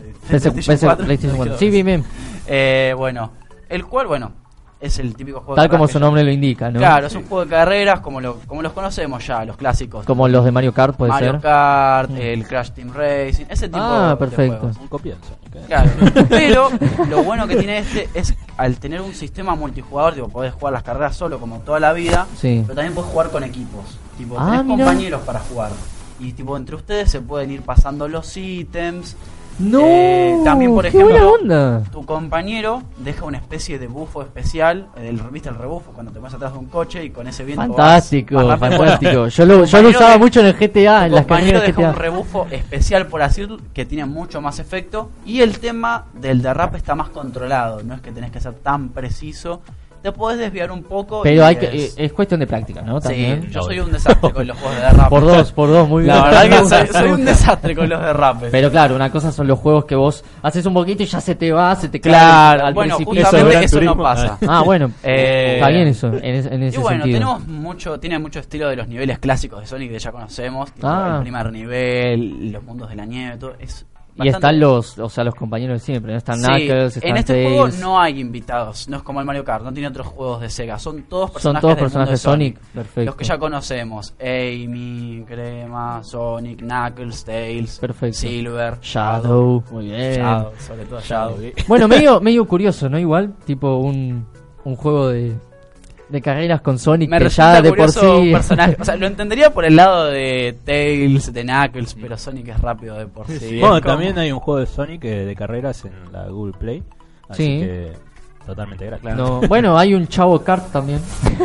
P C, P C, PlayStation cuatro. Sí, bien, bien. Eh, bueno, el cual, bueno, es el típico juego de Tal como carreras su que ya- nombre lo indica, ¿no? Claro, es un juego de carreras como, lo, como los conocemos ya, los clásicos. Como los de Mario Kart, puede Mario ser. Kart, Mm. el Crash Team Racing, ese tipo Ah, de perfecto. juegos. Un copión, Sonic, ¿eh? Claro, pero lo bueno que tiene este es al tener un sistema multijugador, tipo, podés jugar las carreras solo como toda la vida, Sí. pero también podés jugar con equipos. Tipo, Ah, tenés mira. compañeros para jugar. Y tipo, entre ustedes se pueden ir pasando los ítems. No, Eh, también, por qué ejemplo, buena onda. Tu compañero deja una especie de bufo especial, el, ¿viste el rebufo? Cuando te pones atrás de un coche y con ese viento vas- Fantástico, vas rápido. fantástico. Bueno, Yo lo, tu yo lo compañero usaba de- mucho en el G T A, en Tu las compañero carreras deja G T A. un rebufo especial, por así decirlo, que tiene mucho más efecto. Y el tema del derrape está más controlado. No es que tenés que ser tan preciso. Te podés desviar un poco. Pero y hay que, es- eh, es cuestión de práctica, ¿no? También. Sí, yo soy un desastre con los juegos de derrape. Por dos, por dos, muy bien. La verdad Me que gusta, soy, me soy un gusta. desastre con los derrapes. Pero claro, una cosa son los juegos que vos haces un poquito y ya se te va, se te cae Claro, al bueno, precipicio. justamente Gran eso no Turismo. pasa. Ah, bueno, Eh, está bien eso, en, es- en Y ese bueno, sentido. tenemos mucho, tiene mucho estilo de los niveles clásicos de Sonic que ya conocemos, tipo Ah. el primer nivel, los mundos de la nieve, todo es Y están los, o sea, los compañeros de siempre, ¿no? Están Sí, Knuckles, están en este Tails. juego no hay invitados, no es como el Mario Kart, no tiene otros juegos de Sega, son todos personajes, Son todos del mundo personajes de Sonic, Sonic, perfecto. los que ya conocemos, Amy, Crema, Sonic, Knuckles, Tails, Perfecto. Silver, Shadow, muy bien. Shadow, sobre todo Shadow. Bueno, medio, medio curioso, ¿no? Igual, tipo un, un juego de, de carreras con Sonic Me que resulta ya de por curioso un sí... personaje, o sea, lo entendería por el lado de Tails, de Knuckles, pero Sonic es rápido de por sí. es Bueno, como- también hay un juego de Sonic eh, de carreras en la Google Play. Así Sí. que totalmente gratis. No, bueno, hay un Chavo Kart también.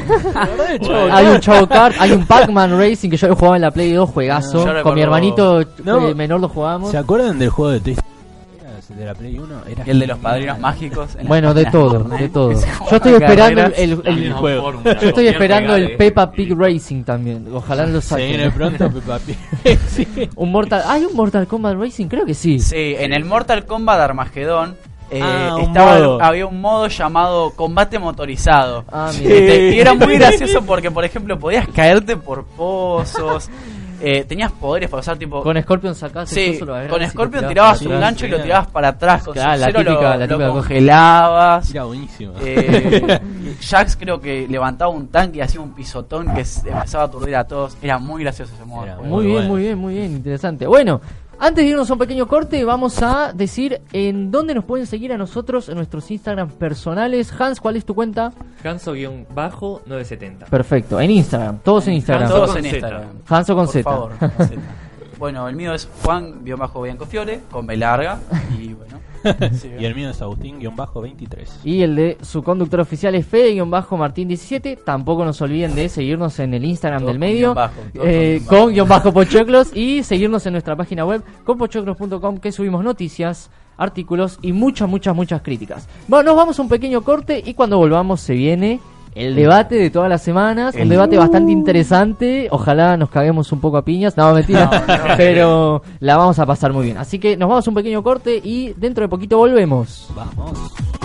Bueno. Hay un Chavo Kart, hay un Pac-Man Racing que yo lo jugaba en la Play dos, juegazo. Yo Con recuerdo- mi hermanito No. eh, menor lo jugábamos. ¿Se acuerdan del juego de Toy Story? Era ese de la Play uno. Era Y el de los genial. padrinos mágicos. en Bueno, las de páginas todo, porno, de ¿eh? todo. Que se Yo juegan estoy esperando el, carreras. el- el- También juego. fórmula, yo estoy bien esperando regal, el eh. Peppa Pig Racing también. Ojalá lo Se viene saquen. pronto Peppa Pig. Sí. Un Mortal, ¿hay un Mortal Kombat Racing? Creo que sí. Sí, en el Mortal Kombat Armagedón eh, Ah, un estaba, modo. había un modo llamado combate motorizado. Ah, Y, mira. te- y era muy gracioso porque, por ejemplo, podías caerte por pozos, eh, tenías poderes para usar tipo... Con Scorpion sacás el Sí, coso, lo agarrás con y te Scorpion tirabas tirabas para un atrás. gancho y lo tirabas para atrás, con Claro, la Sub-Zero típica- lo, la lo típica cosa. congelabas. Era buenísimo. Eh, Jax creo que levantaba un tanque y hacía un pisotón que se- empezaba a aturdir a todos. Era muy gracioso ese modo. Era de Muy juego. bien, bueno. muy bien, muy bien, interesante. Bueno, antes de irnos a un pequeño corte, vamos a decir en dónde nos pueden seguir a nosotros en nuestros Instagram personales. Hans, ¿cuál es tu cuenta? Hanso-novecientos setenta. Perfecto, en Instagram, todos en Instagram. Hanso Todos con en Z. Instagram. Hanso con Por Z. favor, con Z. Bueno, el mío es Juan-Biancofiore, con B larga. Y bueno. sí, Y el mío es Agustín-veintitrés. Y el de su conductor oficial es Fede-Martín diecisiete. Tampoco nos olviden de seguirnos en el Instagram Todos del con medio, guión bajo, todos eh, con guión con guión bajo Pochoclos, y seguirnos en nuestra página web con pochoclos punto com, que subimos noticias, artículos y muchas, muchas, muchas críticas. Bueno, nos vamos a un pequeño corte y cuando volvamos se viene el debate de todas las semanas, un El- debate bastante interesante. Ojalá nos caguemos un poco a piñas, no, mentira, No, no. pero la vamos a pasar muy bien. Así que nos vamos a un pequeño corte y dentro de poquito volvemos. Vamos.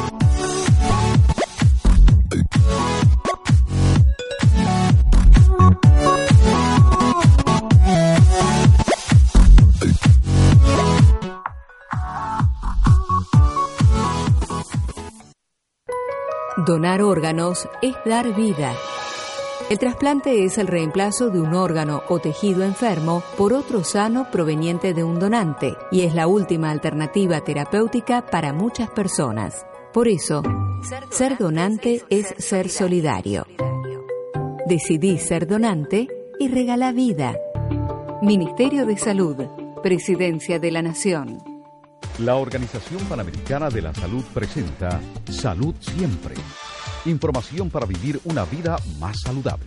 Donar órganos es dar vida. El trasplante es el reemplazo de un órgano o tejido enfermo por otro sano proveniente de un donante y es la última alternativa terapéutica para muchas personas. Por eso, ser donante es ser solidario. Decidí ser donante y regalá vida. Ministerio de Salud, Presidencia de la Nación. La Organización Panamericana de la Salud presenta Salud Siempre. Información para vivir una vida más saludable.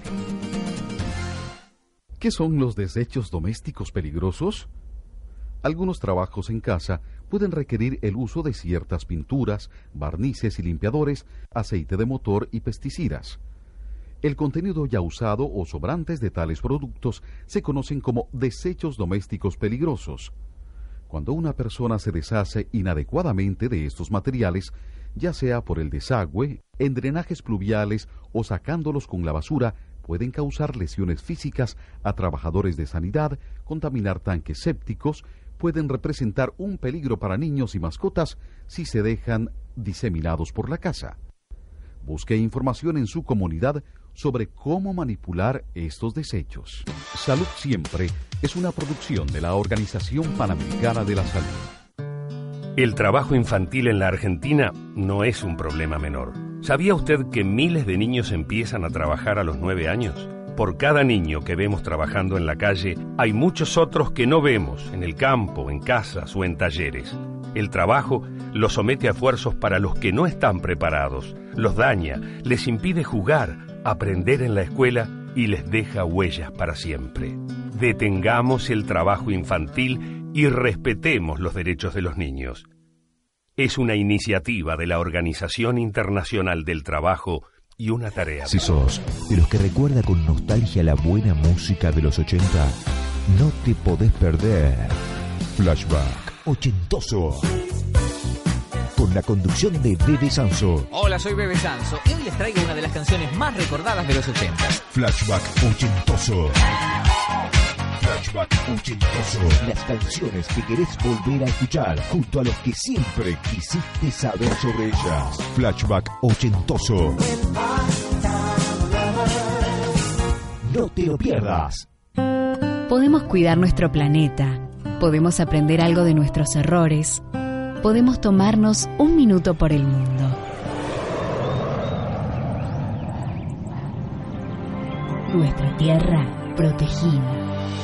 ¿Qué son los desechos domésticos peligrosos? Algunos trabajos en casa pueden requerir el uso de ciertas pinturas, barnices y limpiadores, aceite de motor y pesticidas. El contenido ya usado o sobrantes de tales productos se conocen como desechos domésticos peligrosos. Cuando una persona se deshace inadecuadamente de estos materiales, ya sea por el desagüe, en drenajes pluviales o sacándolos con la basura, pueden causar lesiones físicas a trabajadores de sanidad, contaminar tanques sépticos, pueden representar un peligro para niños y mascotas si se dejan diseminados por la casa. Busque información en su comunidad sobre cómo manipular estos desechos. Salud Siempre es una producción de la Organización Panamericana de la Salud. El trabajo infantil en la Argentina no es un problema menor. ¿Sabía usted que miles de niños empiezan a trabajar a los nueve años? Por cada niño que vemos trabajando en la calle, hay muchos otros que no vemos en el campo, en casas o en talleres. El trabajo los somete a esfuerzos para los que no están preparados, los daña, les impide jugar, aprender en la escuela y les deja huellas para siempre. Detengamos el trabajo infantil y respetemos los derechos de los niños. Es una iniciativa de la Organización Internacional del Trabajo y una tarea. Si sos de los que recuerda con nostalgia la buena música de los ochenta, no te podés perder Flashback Ochentoso, con la conducción de Bebe Sanso. Hola, soy Bebe Sanso y hoy les traigo una de las canciones más recordadas de los ochenta. Flashback Ochentoso. Flashback Ochentoso. Las canciones que querés volver a escuchar junto a los que siempre quisiste saber sobre ellas. Flashback Ochentoso. No te lo pierdas. Podemos cuidar nuestro planeta. Podemos aprender algo de nuestros errores. Podemos tomarnos un minuto por el mundo. Nuestra tierra protegida.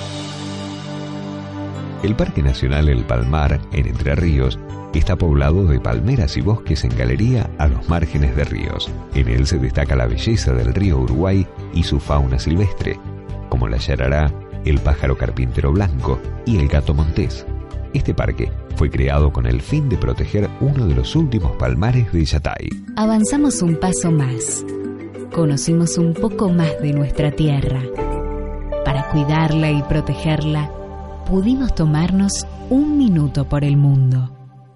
El Parque Nacional El Palmar, en Entre Ríos, está poblado de palmeras y bosques en galería a los márgenes de ríos. En él se destaca la belleza del río Uruguay y su fauna silvestre, como la yarará, el pájaro carpintero blanco y el gato montés. Este parque fue creado con el fin de proteger uno de los últimos palmares de Yatay. Avanzamos un paso más. Conocimos un poco más de nuestra tierra. Para cuidarla y protegerla, pudimos tomarnos un minuto por el mundo.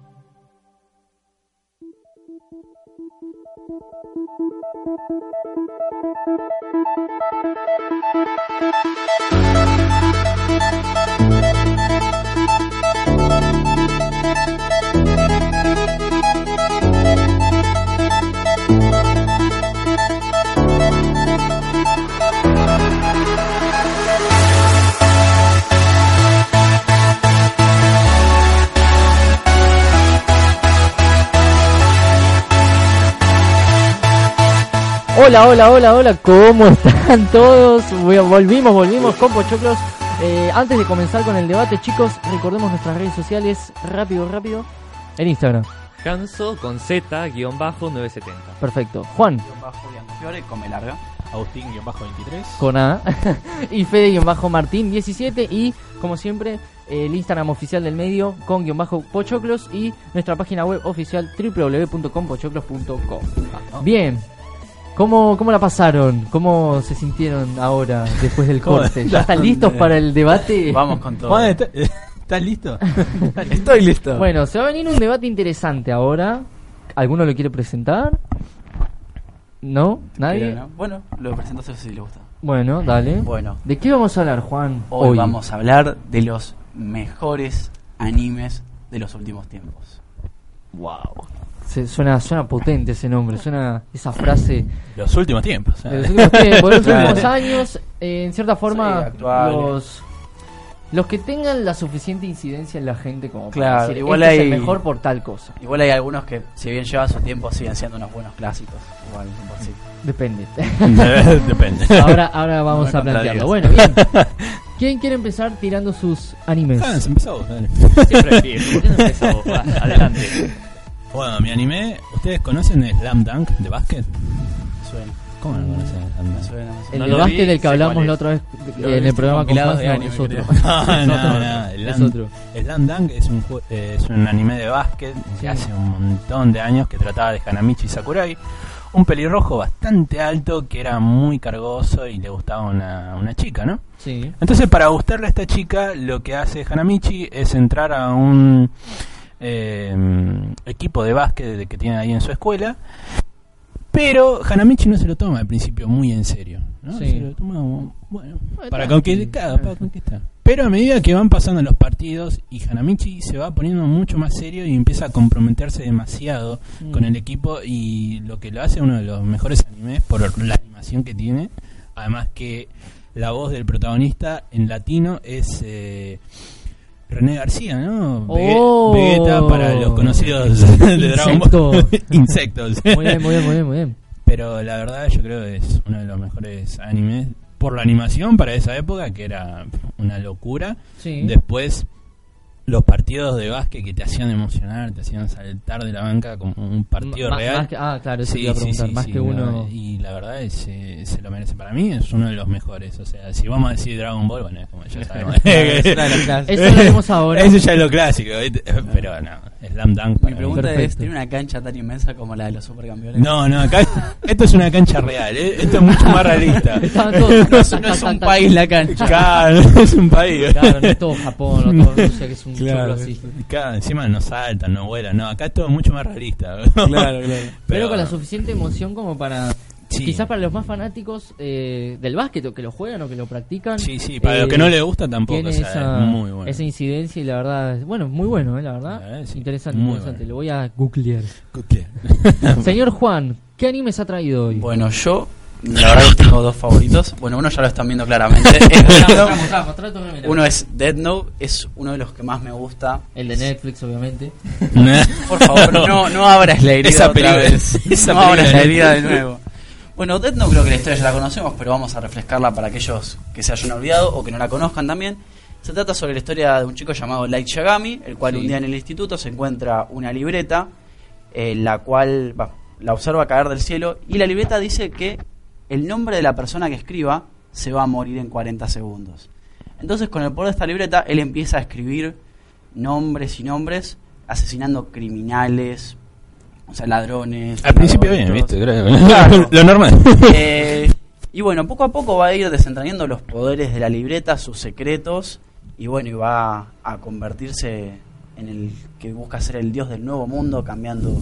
Hola, hola, hola, hola, ¿cómo están todos? Volvimos, volvimos con Pochoclos. Eh, antes de comenzar con el debate, chicos, recordemos nuestras redes sociales, rápido, rápido. En Instagram. Hanso con Z, guión bajo, nueve setenta. Perfecto. Juan. Guión bajo, Fiore, con me larga. Agustín, guión bajo veintitrés. Con A. Y Fede, guión bajo Martín, diecisiete. Y, como siempre, el Instagram oficial del medio con guión bajo Pochoclos. Y nuestra página web oficial doble u doble u doble u punto com pochoclos punto com. Bien. ¿Cómo, ¿Cómo la pasaron? ¿Cómo se sintieron ahora, después del corte? ¿Ya están listos para el debate? Vamos con todo. Juan, ¿está- ¿estás listo? Estoy listo. Bueno, se va a venir un debate interesante ahora. ¿Alguno lo quiere presentar? ¿No? ¿Nadie? Pero no. Bueno, lo presento si le gusta. Bueno, dale. Bueno, ¿De qué vamos a hablar, Juan? hoy vamos a hablar de los mejores animes de los últimos tiempos. Wow. Se, suena, suena potente ese nombre, suena esa frase Los últimos tiempos. ¿eh? de los últimos tiempos, de los Claro. últimos años, eh, en cierta forma Sí, actuales. los Los que tengan la suficiente incidencia en la gente como para Claro, decir, igual este hay- es el mejor por tal cosa. Igual hay algunos que, si bien llevan su tiempo, siguen siendo unos buenos clásicos. Igual, por sí. Depende. Depende. Ahora, ahora vamos No a me plantearlo. contradigas. Bueno, bien. ¿Quién quiere empezar tirando sus animes? Hans, empezó vos, dale. Siempre empiezo. ¿Por qué no empezó? Va, adelante. Bueno, mi anime, ¿ustedes conocen Slam Dunk de básquet? Suena. ¿Cómo no conocen Slam Me Dunk? suena, me El suena. No de lo básquet vi, del que sé hablamos cuál la es. otra vez Lo en he el visto programa con compilados Hans, de no, anime, es otro. creo. No, Es no, otro. no, el Es Slam- otro. Slam Dunk es un, ju- eh, es un anime de básquet Sí. que hace un montón de años que trataba de Hanamichi Sakurai, un pelirrojo bastante alto que era muy cargoso y le gustaba una, una chica, ¿no? Sí. Entonces, para gustarle a esta chica, lo que hace Hanamichi es entrar a un eh, equipo de básquet que tiene ahí en su escuela. Pero Hanamichi no se lo toma al principio muy en serio, ¿no? Sí. Se lo toma como, bueno, para tranqui. conquistar, para conquistar. Pero a medida que van pasando los partidos y Hanamichi se va poniendo mucho más serio y empieza a comprometerse demasiado Mm. con el equipo, y lo que lo hace uno de los mejores animes por la animación que tiene. Además que la voz del protagonista en latino es eh, René García, ¿no? Vege- Oh. Vegeta para los conocidos de Dragon Ball. Insectos. Muy bien, muy bien, muy bien, muy bien. Pero la verdad yo creo que es uno de los mejores animes por la animación para esa época, que era una locura. Sí. Después los partidos de básquet que te hacían emocionar, te hacían saltar de la banca como un partido Ma- real. más que- ah, claro, eso te Sí, iba a sí, preguntar. sí, Más sí, que no, uno. y la verdad es, eh, se lo merece. Para mí es uno de los mejores. O sea, si vamos a decir Dragon Ball, bueno, como ya sabemos. Es una de las clásicas. Eso lo haremos ahora. Eso ya es lo clásico, ¿viste? Pero no, Slam Dunk Mi para mí. pregunta Perfecto. es, ¿tiene una cancha tan inmensa como la de los supercampeones? No, no, acá esto es una cancha real, ¿eh? Esto es mucho más realista. Estaban todos. No es, no es un país la cancha. Claro, es un país. Claro, no es todo Japón, no todo Rusia, que es un Claro, choclo así. acá encima no saltan, no vuelan, no, acá es todo mucho más realista. Claro, claro. Pero, con la suficiente emoción como para. Sí. Quizás para los más fanáticos eh, del básquet, o que lo juegan o que lo practican. Sí, sí, para eh, los que no les gusta tampoco, tiene o sea, esa, es muy bueno. esa incidencia y la verdad. es- Bueno, muy bueno, eh, la verdad. La verdad, sí. Interesante, Muy interesante. bueno. Lo voy a googlear. Ok. Señor Juan, ¿qué animes ha traído hoy? Bueno, yo, la verdad que tengo dos favoritos. Bueno, uno ya lo están viendo claramente. Es Death Note. Mostrá, mostrá, mostrá, mira. Uno es Death Note, es uno de los que más me gusta. El de Netflix, obviamente. Por favor, no, no abras la herida Esa otra película- vez. esa No abras película la de herida de Netflix. nuevo. Bueno, Death Note creo que la historia ya la conocemos, pero vamos a refrescarla para aquellos que se hayan olvidado o que no la conozcan también. Se trata sobre la historia de un chico llamado Light Yagami, el cual Sí. un día en el instituto se encuentra una libreta, eh, la cual va, la observa caer del cielo, y la libreta dice que el nombre de la persona que escriba se va a morir en cuarenta segundos. Entonces, con el poder de esta libreta, él empieza a escribir nombres y nombres, asesinando criminales, o sea, ladrones. Al principio bien, drogadictos. viste, creo. Claro. Lo normal. Eh, y bueno, poco a poco va a ir desentrañando los poderes de la libreta, sus secretos, y bueno, y va a convertirse en el que busca ser el dios del nuevo mundo, cambiando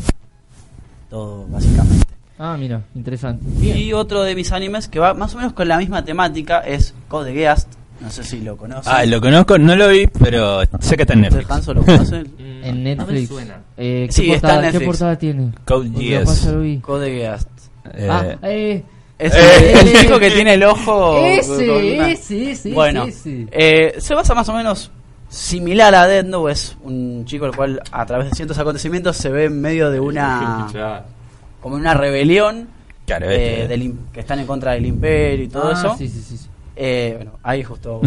todo básicamente. Ah, mira, interesante. Bien. Y otro de mis animes que va más o menos con la misma temática es Code Geass. No sé si lo conocen. Ah, lo conozco, no lo vi, pero sé que está en Netflix. ¿Hanso lo conocen? En No me Netflix. suena. Eh, ¿qué, Sí, está portada, en ¿Qué Netflix. portada tiene? Code Porque Geass. capaz ya lo vi. Code Geass. Eh, Ah, eh. Es Eh, el chico que tiene el ojo. con Ese, una- ese, ese, Bueno, ese. eh, se basa más o menos similar a Death Note. Es un chico el cual a través de ciertos acontecimientos se ve en medio de una como una rebelión Claro, eh, este. del im- que están en contra del imperio y todo Ah, eso. Sí, sí, sí. sí. Eh, bueno, ahí justo.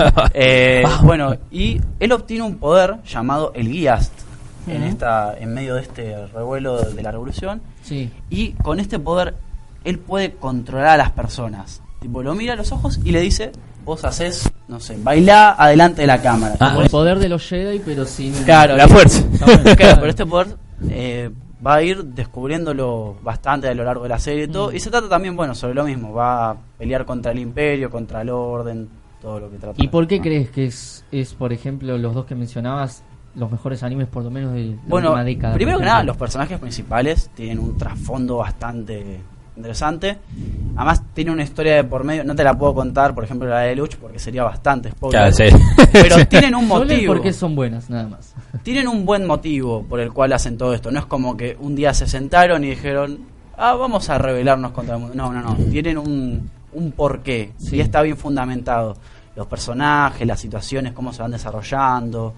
eh, bueno, y él obtiene un poder llamado el Geass en Ujú. esta en medio de este revuelo de la revolución. Sí. Y con este poder él puede controlar a las personas. Tipo, lo mira a los ojos y le dice, vos haces, no sé, bailá adelante de la cámara. Ah, Como el poder de los Jedi, pero sin. Claro, La fuerza. Está bueno. Claro, pero este poder eh, va a ir descubriéndolo bastante a lo largo de la serie y todo. Mm. Y se trata también, bueno, sobre lo mismo. Va a pelear contra el imperio, contra el orden, todo lo que trata. ¿Y por qué crees que es, es, por ejemplo, los dos que mencionabas, los mejores animes por lo menos de la Bueno, última década? primero por que nada, ejemplo? los personajes principales tienen un trasfondo bastante interesante. Además, tiene una historia de por medio. No te la puedo contar, por ejemplo, la de Luch, porque sería bastante spoiler. Claro, sí. Pero tienen un Solo el motivo. por qué son buenas, nada más. Tienen un buen motivo por el cual hacen todo esto. No es como que un día se sentaron y dijeron, ah, vamos a rebelarnos contra el mundo. No, no, no. Tienen un, un porqué. Sí. Y está bien fundamentado. los personajes, las situaciones, cómo se van desarrollando.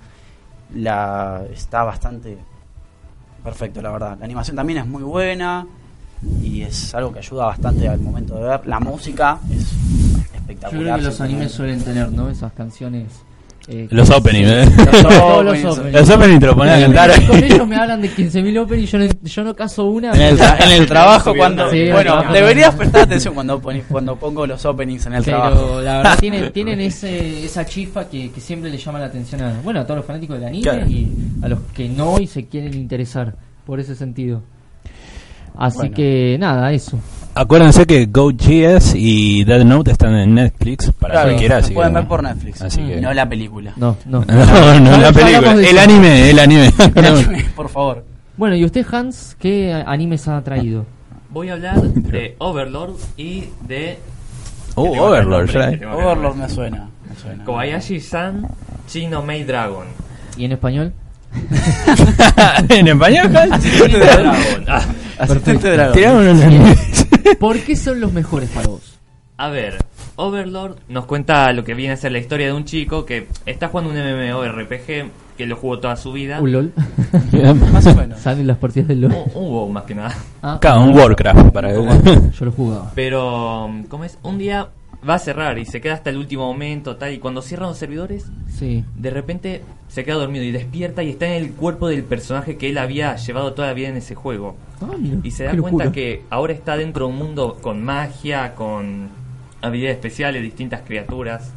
La está bastante perfecto, la verdad. La animación también es muy buena y es algo que ayuda bastante al momento de ver. La música es espectacular. Yo creo que los simplemente. animes suelen tener, ¿no? Esas canciones. Eh, Los openings, ¿eh? Los Todos los openings. openings. Los openings te lo ponen a cantar. Con ellos me hablan de quince mil openings y yo no, yo no caso una. En el, tra- en el trabajo cuando... Sí, en el bueno, trabajo deberías no. prestar atención cuando, poni- cuando pongo los openings en el Pero trabajo. la verdad tienen, tienen ese, esa chispa que, que siempre le llama la atención a, bueno, a todos los fanáticos del anime Claro. y a los que no y se quieren interesar por ese sentido. Así Bueno. que nada, eso. Acuérdense que Go G S y Death Note están en Netflix para Claro, cualquiera. se Así pueden que, ver por Netflix. Así Mm. que... No la película. No, no. No, no, Ya- la ya película. hablamos de El eso. anime, el anime. Por favor. Bueno, ¿y usted, Hans, qué animes ha traído? Voy a hablar de Overlord y de... Oh, que tengo acá el Overlord, nombre, ya. que tengo acá el Overlord nombre. me suena. Me suena. Kobayashi-san Chino Maid Dragon. ¿Y en español? ¿En español? Asistente de dragón. Ah, Asistente de dragón. Tiramos un... ¿Por qué son los mejores para vos? A ver, Overlord nos cuenta lo que viene a ser la historia de un chico que está jugando un MMORPG que lo jugó toda su vida. ¿Un LOL? Más o menos. ¿Salen las partidas del LOL? Un, un WoW más que nada. Ah, Claro, un Warcraft para yo lo jugaba. Pero, ¿cómo es? Un día va a cerrar y se queda hasta el último momento, tal, y cuando cierran los servidores, Sí. de repente se queda dormido y despierta y está en el cuerpo del personaje que él había llevado toda la vida en ese juego. Ah, mira, Y se da qué cuenta locura. que ahora está dentro de un mundo con magia, con habilidades especiales, distintas criaturas.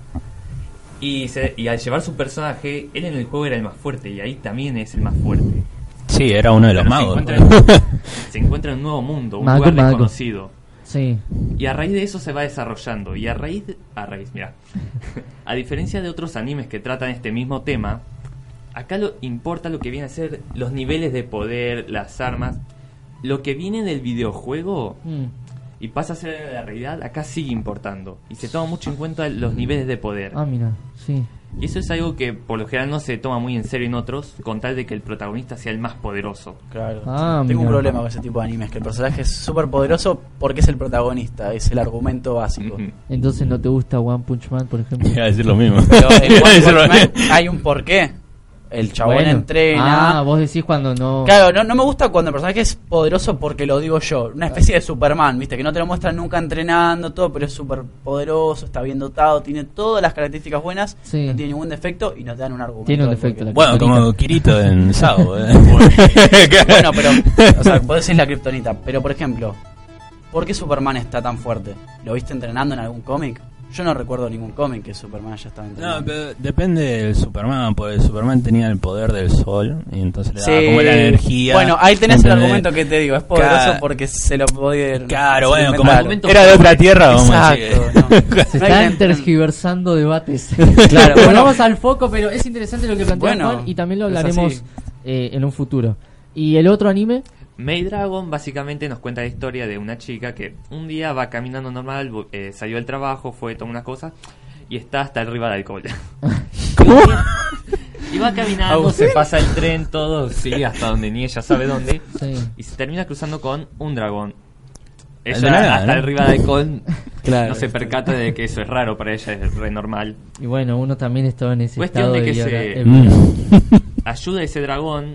Y, se, y al llevar su personaje, él en el juego era el más fuerte y ahí también es el más fuerte. Sí, era uno de los Pero magos. Se encuentra, en, se encuentra en un nuevo mundo, un Mago, lugar mago. desconocido. Sí. Y a raíz de eso se va desarrollando. Y a raíz, de- a raíz, mira, a diferencia de otros animes que tratan este mismo tema, acá lo importa lo que viene a ser los niveles de poder, las armas, lo que viene del videojuego Mm. y pasa a ser la realidad, acá sigue importando. Y se toma mucho en cuenta los niveles de poder. Ah, mira, sí. Y eso es algo que por lo general no se toma muy en serio en otros, con tal de que el protagonista sea el más poderoso. Claro. Ah, Tengo un mira. problema con ese tipo de animes, que el personaje es súper poderoso porque es el protagonista, es el argumento básico. Ujú. Entonces no te gusta One Punch Man, por ejemplo. Iba a decir lo mismo. Pero en Iba a One decir lo Punch Man mismo. hay un porqué. El chabón Bueno. entrena. Ah, vos decís cuando no. Claro, no, no me gusta cuando el personaje es poderoso porque lo digo yo. Una especie de Superman, viste, que no te lo muestran nunca entrenando, todo, pero es súper poderoso, está bien dotado, tiene todas las características buenas, Sí. no tiene ningún defecto y no te dan un argumento. Tiene un del defecto, porqué. la Bueno, Kriptonita. como Kirito en Sao. ¿eh? Bueno, pero, o sea, podés decir la kriptonita, pero por ejemplo, ¿por qué Superman está tan fuerte? ¿Lo viste entrenando en algún cómic? Yo no recuerdo ningún cómic que Superman ya estaba entrenando. No, pero depende del Superman, porque Superman tenía el poder del sol y entonces le daba Sí. como la energía. Bueno, ahí tenés el ¿entendés? argumento que te digo, es poderoso Claro. porque se lo pudieron. Claro, se bueno, lo como inventaron. era de otra tierra, vamos a Exacto, decir. no. Se No hay están una- tergiversando debates. Claro, Bueno, bueno. vamos al foco, pero es interesante lo que plantea Bueno, Juan y también lo es hablaremos así. eh, en un futuro. ¿Y el otro anime? Maid Dragon básicamente nos cuenta la historia de una chica que un día va caminando normal, bu- eh, salió del trabajo, fue, tomó unas cosas y está hasta arriba de alcohol. ¿Cómo? Y va caminando, se pasa el tren, todo, sí, hasta donde ni ella sabe dónde. Sí. Y se termina cruzando con un dragón. El Ella de nada, hasta ¿no? arriba de alcohol Claro. no se percata de que eso es raro, para ella es re normal. Y bueno, uno también estaba en ese Cuestión estado de que ebrio- se- ebrio. Mm. Ayuda a ese dragón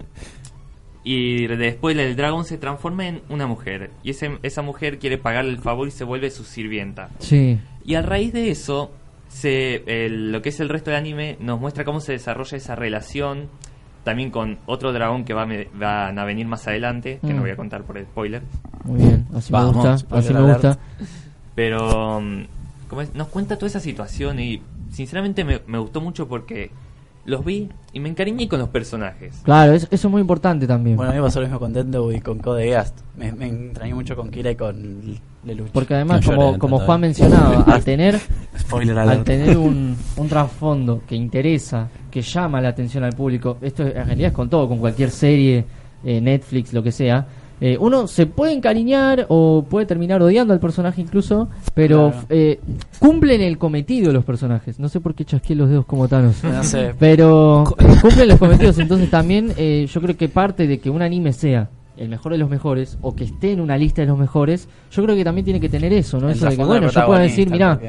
y después el dragón se transforma en una mujer. Y ese, esa mujer quiere pagarle el favor y se vuelve su sirvienta. Sí. Y a raíz de eso, se, el- lo que es el resto del anime nos muestra cómo se desarrolla esa relación. También con otro dragón que va a, me- van a venir más adelante, que Mm. no voy a contar por el spoiler. Muy bien, así Vamos, me gusta, spoiler así me alert. gusta. Pero um, ¿cómo es? Nos cuenta toda esa situación y sinceramente me, me gustó mucho porque los vi y me encariñé con los personajes. Claro, eso, eso es muy importante también. Bueno, a mí me pasó lo mismo con Deathloop y con Code Geass. Me, me entrañé mucho con Kira y con Lelouch. Porque además, No llores, como, como tanto, Juan eh. mencionaba, al tener Spoiler al alert. tener un, un trasfondo que interesa, que llama la atención al público, esto en realidad es con todo, con cualquier serie, eh, Netflix, lo que sea, eh, uno se puede encariñar o puede terminar odiando al personaje incluso, pero Claro. eh, cumplen el cometido los personajes. No sé por qué chasqué los dedos como Thanos. No sé. Pero cumplen los cometidos, entonces también eh, yo creo que parte de que un anime sea el mejor de los mejores o que esté en una lista de los mejores, yo creo que también tiene que tener eso, ¿no? El Eso de que, trasfondo del bueno, yo puedo decir, protagonista, mirá, porque-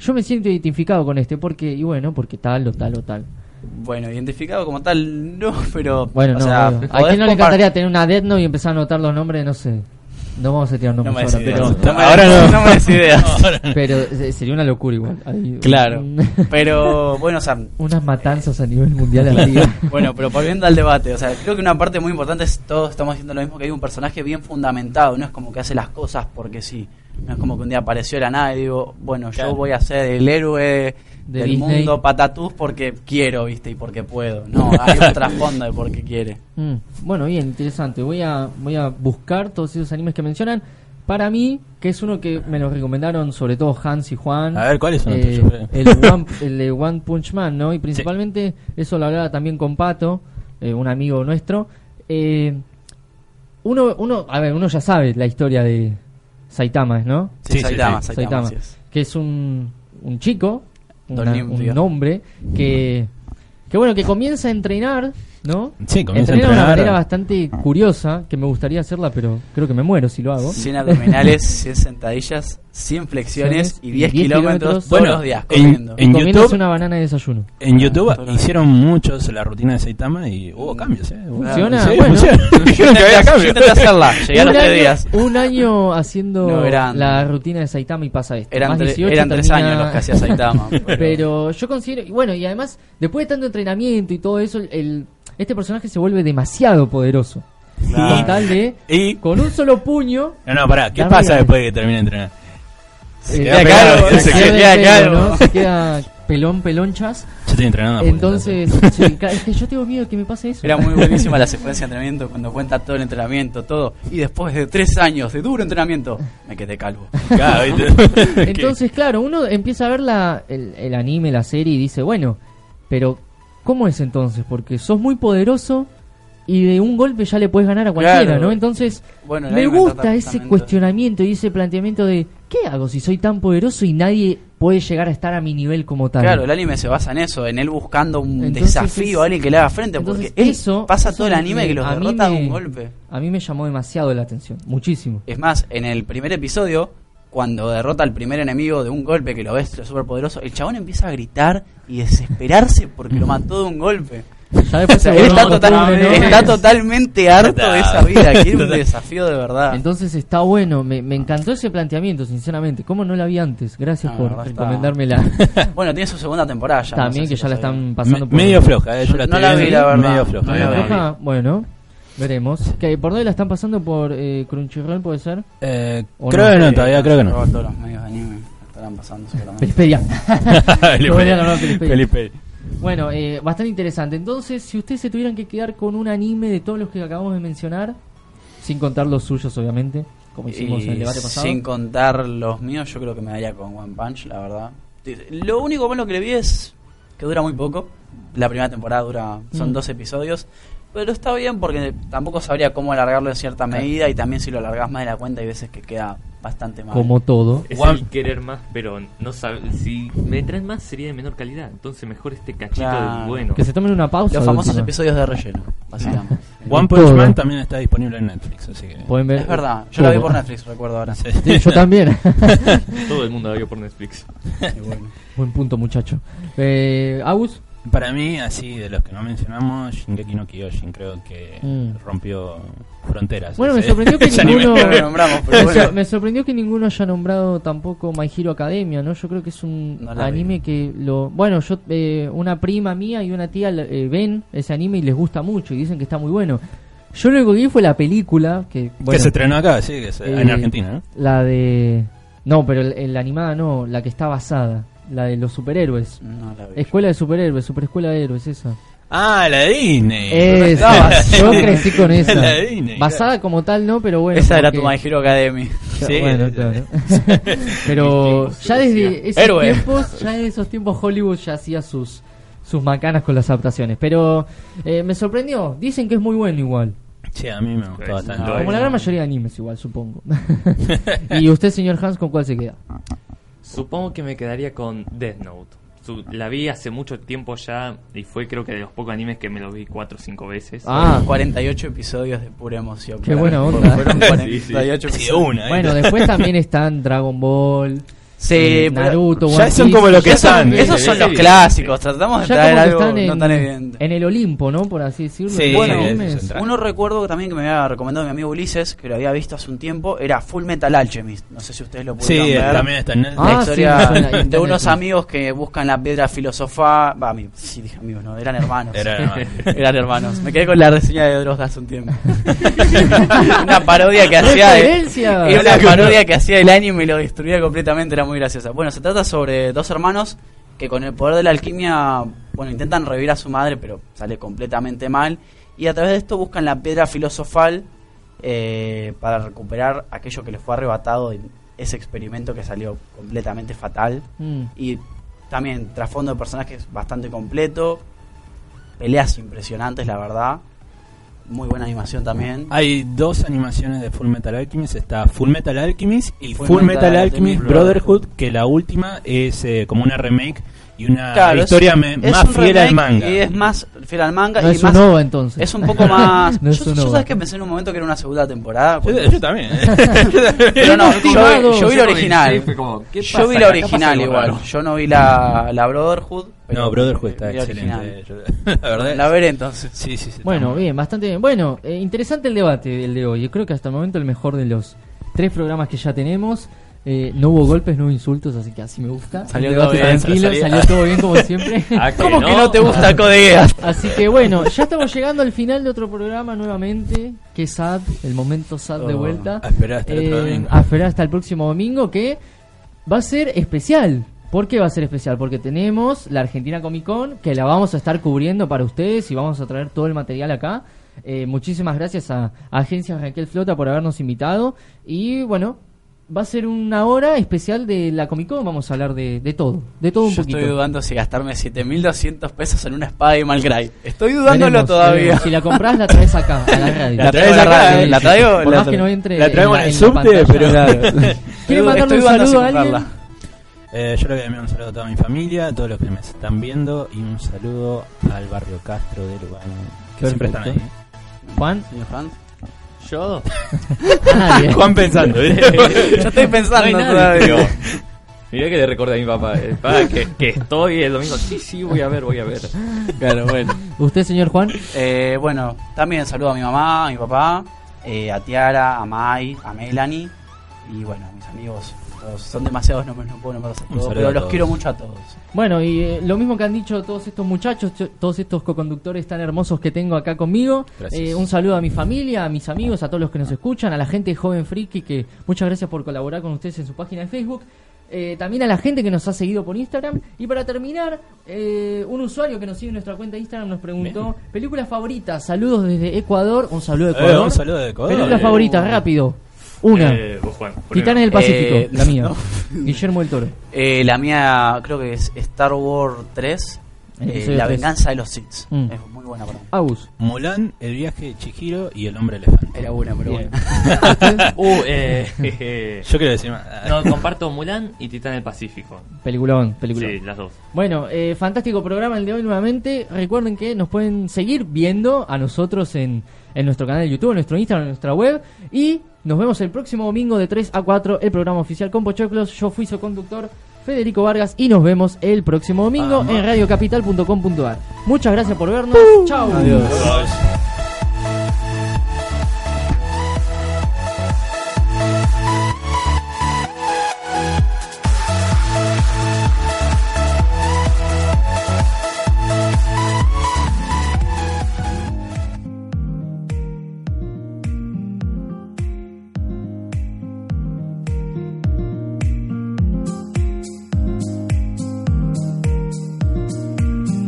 yo me siento identificado con este, porque, y bueno, porque tal o tal o tal. Bueno, identificado como tal, no, pero... Bueno, o no, sea, obvio. ¿A podés quién no le compar- encantaría tener una Death Note y empezar a anotar los nombres? No sé. No vamos a tirar No nombres me des ahora, ideas. pero... No me Ahora des- no. no me des ideas. Pero eh, sería una locura igual. Ahí- Claro. Pero, bueno, o sea... Unas matanzas a nivel mundial arriba. Bueno, pero volviendo al debate, o sea, creo que una parte muy importante es todos estamos haciendo lo mismo, que hay un personaje bien fundamentado, no es como que hace las cosas porque sí, no es como que un día apareció de la nada y digo, bueno, Claro. yo voy a ser el héroe De del Disney. mundo patatús porque quiero, viste, y porque puedo. No, hay un trasfondo de por qué quiere. Mm, bueno, bien, interesante. Voy a, voy a buscar todos esos animes que mencionan. Para mí, que es uno que me lo recomendaron sobre todo Hans y Juan. A ver, ¿cuáles son eh, los tuyos? el, One, el de One Punch Man, ¿no? Y principalmente, eso lo hablaba también con Pato, eh, un amigo nuestro. Eh, uno, uno, a ver, uno ya sabe la historia de Saitama, ¿no? Sí, Sí, Saitama, sí, Saitama, Saitama, así es. que es un, un chico, Don una- Limpio. un hombre que, que bueno, que comienza a entrenar, ¿no? Sí, comienza a Entrena de una entrenar. manera bastante curiosa, que me gustaría hacerla, pero creo que me muero si lo hago. cien abdominales, cien sentadillas, cien flexiones y diez diez kilómetros kilómetros. todos Bueno, los días en- corriendo. en Comiéndose YouTube- una banana de desayuno. En YouTube Todos los hicieron muchos la rutina de Saitama y hubo cambios, ¿eh? ¿Funciona? Sí, Bueno. funciona. Dijeron que había Yo cambios. intenté hacerla, llegué a un, los tres año, días. un año haciendo No, eran- la rutina de Saitama y pasa esto. Eran, Más tre- dieciocho eran tres termina- años los que hacía Saitama. Pero, Pero yo considero, y bueno, y además, después de tanto entrenamiento y todo eso, el, este personaje se vuelve demasiado poderoso. Claro. Con tal de, Y... con un solo puño, No, no, pará, ¿qué Darle pasa a- después de que termina de entrenar? eh, queda se pegado, se se queda queda de calvo. pelo, ¿no? Se queda pelón, pelonchas. Yo estoy entrenando. porque Entonces, sí, ca- es que yo tengo miedo de que me pase eso. era muy buenísima la secuencia de entrenamiento cuando cuenta todo el entrenamiento, todo. Y después de tres años de duro entrenamiento, me quedé calvo. Claro, ¿viste? Entonces, claro, uno empieza a ver la, el, el anime, la serie y dice, bueno, pero ¿cómo es entonces? Porque sos muy poderoso y de un golpe ya le puedes ganar a cualquiera, Claro. ¿no? Entonces, Bueno, el me anime gusta trata ese justamente- cuestionamiento y ese planteamiento de, ¿qué hago si soy tan poderoso y nadie puede llegar a estar a mi nivel como tal? Claro, el anime se basa en eso, en él buscando un Entonces desafío es- a alguien que le haga frente, entonces porque él eso- pasa eso todo el me- anime que los a mí derrota de me- un golpe. A mí me llamó demasiado la atención, muchísimo. Es más, en el primer episodio, cuando derrota al primer enemigo de un golpe que lo ves súper poderoso, el chabón empieza a gritar y desesperarse porque lo mató de un golpe. Ya después O sea, se él vuelve está, una total- costumbre, ¿no? está totalmente harto de esa vida, quiere un Total. desafío de verdad. Entonces está bueno, me, me encantó ese planteamiento, sinceramente. ¿Cómo no la vi antes? Gracias No, por la verdad está- recomendármela. Bueno, tiene su segunda temporada ya. También no sé que si ya la lo sabían. están pasando Me- por... medio floja, eh, yo la No estoy la vi, viendo, la verdad. medio floja. No ¿Medio la vi. floja? Bueno, veremos. ¿Que ¿Por dónde la están pasando? ¿Por eh, Crunchyroll puede ser? Eh, ¿O creo no? que no, Sí, todavía creo que no. Todos los medios de anime estarán pasando seguramente. Pelispedia. Felipe. Lo voy a llamar Pelispedia. Felipe. Bueno, eh, bastante interesante. Entonces, si ustedes se tuvieran que quedar con un anime de todos los que acabamos de mencionar, sin contar los suyos, obviamente, como hicimos en el Y debate pasado. sin contar los míos, yo creo que me daría con One Punch, la verdad. Lo único bueno que le vi es que dura muy poco. La primera temporada dura, son Mm. dos episodios. Pero está bien porque tampoco sabría cómo alargarlo en cierta medida. Y también si lo alargás más de la cuenta hay veces que queda bastante mal. Como todo. Es One- el querer más, pero no sabe, si me traen más sería de menor calidad. Entonces mejor este cachito Claro. de bueno. Que se tomen una pausa. Los de famosos última. episodios de relleno, básicamente. One Y Punch todo. Man también está disponible en Netflix, así que... Pueden ver. Es verdad, yo la vi todo. por Netflix, recuerdo ahora. Sí. Sí, yo también. Todo el mundo la vio por Netflix. Y bueno. Buen punto, muchacho. Eh, Agus. Para mí, así, de los que no mencionamos, Shingeki no Kyojin creo que Mm. rompió fronteras. Bueno, me ese- sorprendió que ese anime. ninguno. No lo nombramos, pero me, bueno. sor- me sorprendió que ninguno haya nombrado tampoco My Hero Academia, ¿no? Yo creo que es un No la anime vi. que lo. Bueno, yo eh, una prima mía y una tía eh, ven ese anime y les gusta mucho y dicen que está muy bueno. Yo lo que vi fue la película que. Bueno, Que se estrenó acá, sí, que se- en eh, Argentina, ¿no? La de. No, pero el- el- la animada no, la que está basada. La de los superhéroes. No la vi. Escuela de superhéroes, superescuela de héroes, esa. Ah, la de Disney. Esa, yo crecí con esa. La de Disney, Basada como tal, no, pero bueno. Esa era tu porque- My Hero Academy. Ya, Sí, bueno, sí. claro. Pero ya desde esos Héroe. tiempos, ya desde esos tiempos Hollywood ya hacía sus sus macanas con las adaptaciones. Pero eh, me sorprendió. Dicen que es muy bueno igual. Sí, a mí me gustó Sí, bastante. lo Como la gran mayoría de animes igual, supongo. Y usted, señor Hans, ¿con cuál se queda? Supongo que me quedaría con Death Note. Su- la vi hace mucho tiempo ya y fue creo que de los pocos animes que me los vi cuatro o cinco veces. Ah, cuarenta y ocho episodios de pura emoción. Qué Claro, buena porque onda. Fueron cuarenta y ocho Sí, de episodios. una. ¿eh? bueno, después también están Dragon Ball. Sí, eh, pero Naruto, ya One son Piece. como lo que Ya son, como que- Esos son los sí, clásicos, tratamos de ya traer como que algo están en, no tan evidente. en el Olimpo, ¿no? Por así decirlo. Sí, los Bueno, animes. sí, sí. Uno recuerdo también que me había recomendado mi amigo Ulises, que lo había visto hace un tiempo, era Full Metal Alchemist. No sé si ustedes lo pudieron Sí, ver. también está en Netflix. Ah, La sí, historia me suena, de internet, unos sí. amigos que buscan la piedra filosofal. Va, mi- sí, dije amigos, no, eran hermanos. Era hermano. Eran hermanos. Me quedé con la reseña de Dross de hace un tiempo. Una parodia que hacía de, Referencia. era una parodia que hacía del anime y lo destruía completamente, era muy graciosa. Bueno, se trata sobre dos hermanos que con el poder de la alquimia, bueno, intentan revivir a su madre, pero sale completamente mal. Y a través de esto buscan la piedra filosofal eh, para recuperar aquello que les fue arrebatado en ese experimento que salió completamente fatal. Mm. Y también trasfondo de personajes bastante completo, peleas impresionantes, la verdad. Muy buena animación también. Hay dos animaciones de Full Metal Alchemist, está Full Metal Alchemist y Full Full, Metal Metal, Alchemist Alchemist Brotherhood, que la última es eh, como una remake y una Claro, es- historia me- es más un fiel al remake manga. Y es más fiel al manga. No y es más, un OVA entonces. es un poco más. No es yo, un yo OVA. sabes que pensé en un momento que era una segunda temporada. Yo, porque- yo también. Pero no, yo, Estimado. yo vi la original. Sí, fue como, ¿qué Yo pasa vi acá? la Acá pasa original algo igual. raro. Yo no vi la, la Brotherhood. pero No, Brotherhood está vi la excelente. original. Yo- la verdad. La veré entonces. Sí, sí, sí. Bueno, está- bien, bastante bien. Bueno, eh, interesante el debate el de hoy. Yo creo que hasta el momento el mejor de los tres programas que ya tenemos. Eh, no hubo golpes, no hubo insultos, así que así me gusta. Salió El todo debate bien, tranquilo, salió- salió todo bien como siempre. Ah, que ¿Cómo que no? no te gusta Codegueas? Así que bueno, ya estamos llegando al final de otro programa nuevamente. Que sad, el momento sad de Oh, vuelta. a esperar hasta el otro Eh, domingo. a esperar hasta el próximo domingo, que va a ser especial. ¿Por qué va a ser especial? Porque tenemos la Argentina Comic Con, que la vamos a estar cubriendo para ustedes y vamos a traer todo el material acá. Eh, muchísimas gracias a, a Agencia Raquel Flota por habernos invitado. Y bueno, va a ser una hora especial de la Comic Con. Vamos a hablar de, de todo, de todo un Yo poquito. estoy dudando si gastarme siete mil doscientos pesos en una espada de Malgray. Estoy dudándolo Veremos, todavía. veremos. Si la compras, la traes acá, a la radio. La traes acá, Sí, la sí. traigo, Por la más que tra- no entre la traemos en en el la subte, pantalla. pero Claro. ¿Quiere mandarle Estoy un dudando saludo si a alguien? comprarla. Eh, yo le voy a enviar un saludo a toda mi familia, a todos los que me están viendo y un saludo al barrio Castro de Urbano, que siempre están ahí. Juan. Señor Juan. Yo. Ah, bien. Juan pensando, ¿viste? Yo estoy pensando No hay nadie, todavía. pero- Mirá que le recordé a mi papá, eh, papá, que, que estoy el domingo. Sí, sí, voy a ver, voy a ver. Claro, bueno. ¿Usted, señor Juan? Eh, bueno, también saludo a mi mamá, a mi papá, eh, a Tiara, a Mai, a Melanie y bueno, a mis amigos. Todos, son demasiados nombres, no puedo nombrarlos a Un todos, saludo pero a los todos. quiero mucho a todos. Bueno, y eh, lo mismo que han dicho todos estos muchachos, t- todos estos coconductores tan hermosos que tengo acá conmigo. Gracias. Eh, un saludo a mi familia, a mis amigos, a todos los que nos escuchan, a la gente de Joven Friki, que muchas gracias por colaborar con ustedes en su página de Facebook. Eh, también a la gente que nos ha seguido por Instagram. Y para terminar, eh, un usuario que nos sigue en nuestra cuenta de Instagram nos preguntó: películas favoritas, saludos desde Ecuador. Un saludo de Eh, Ecuador. un saludo de Ecuador. Película Eh, favorita, rápido. Una. Eh, vos, Juan, primero. Titanes del Pacífico, Eh, la mía. no. Guillermo del Toro. Eh, la mía creo que es Star Wars tres, El eh, episodio La tres. venganza de los Sith. Mm. Es muy buena para mí. Agus. Mulan, El viaje de Chihiro y El hombre elefante. Era buena, pero Bien. buena. Uh, eh, jeje. Yo quiero decir más. No, comparto Mulan y Titán del Pacífico. Peliculón, peliculón. Sí, las dos. Bueno, eh, fantástico programa el de hoy nuevamente. Recuerden que nos pueden seguir viendo a nosotros en, en nuestro canal de YouTube, en nuestro Instagram, en nuestra web. Y nos vemos el próximo domingo de tres a cuatro, el programa oficial con Pochoclos. Yo fui su conductor, Federico Vargas, y nos vemos el próximo domingo Vamos. en radiocapital punto com punto ar. Muchas gracias por vernos. Chao. Adiós. Adiós.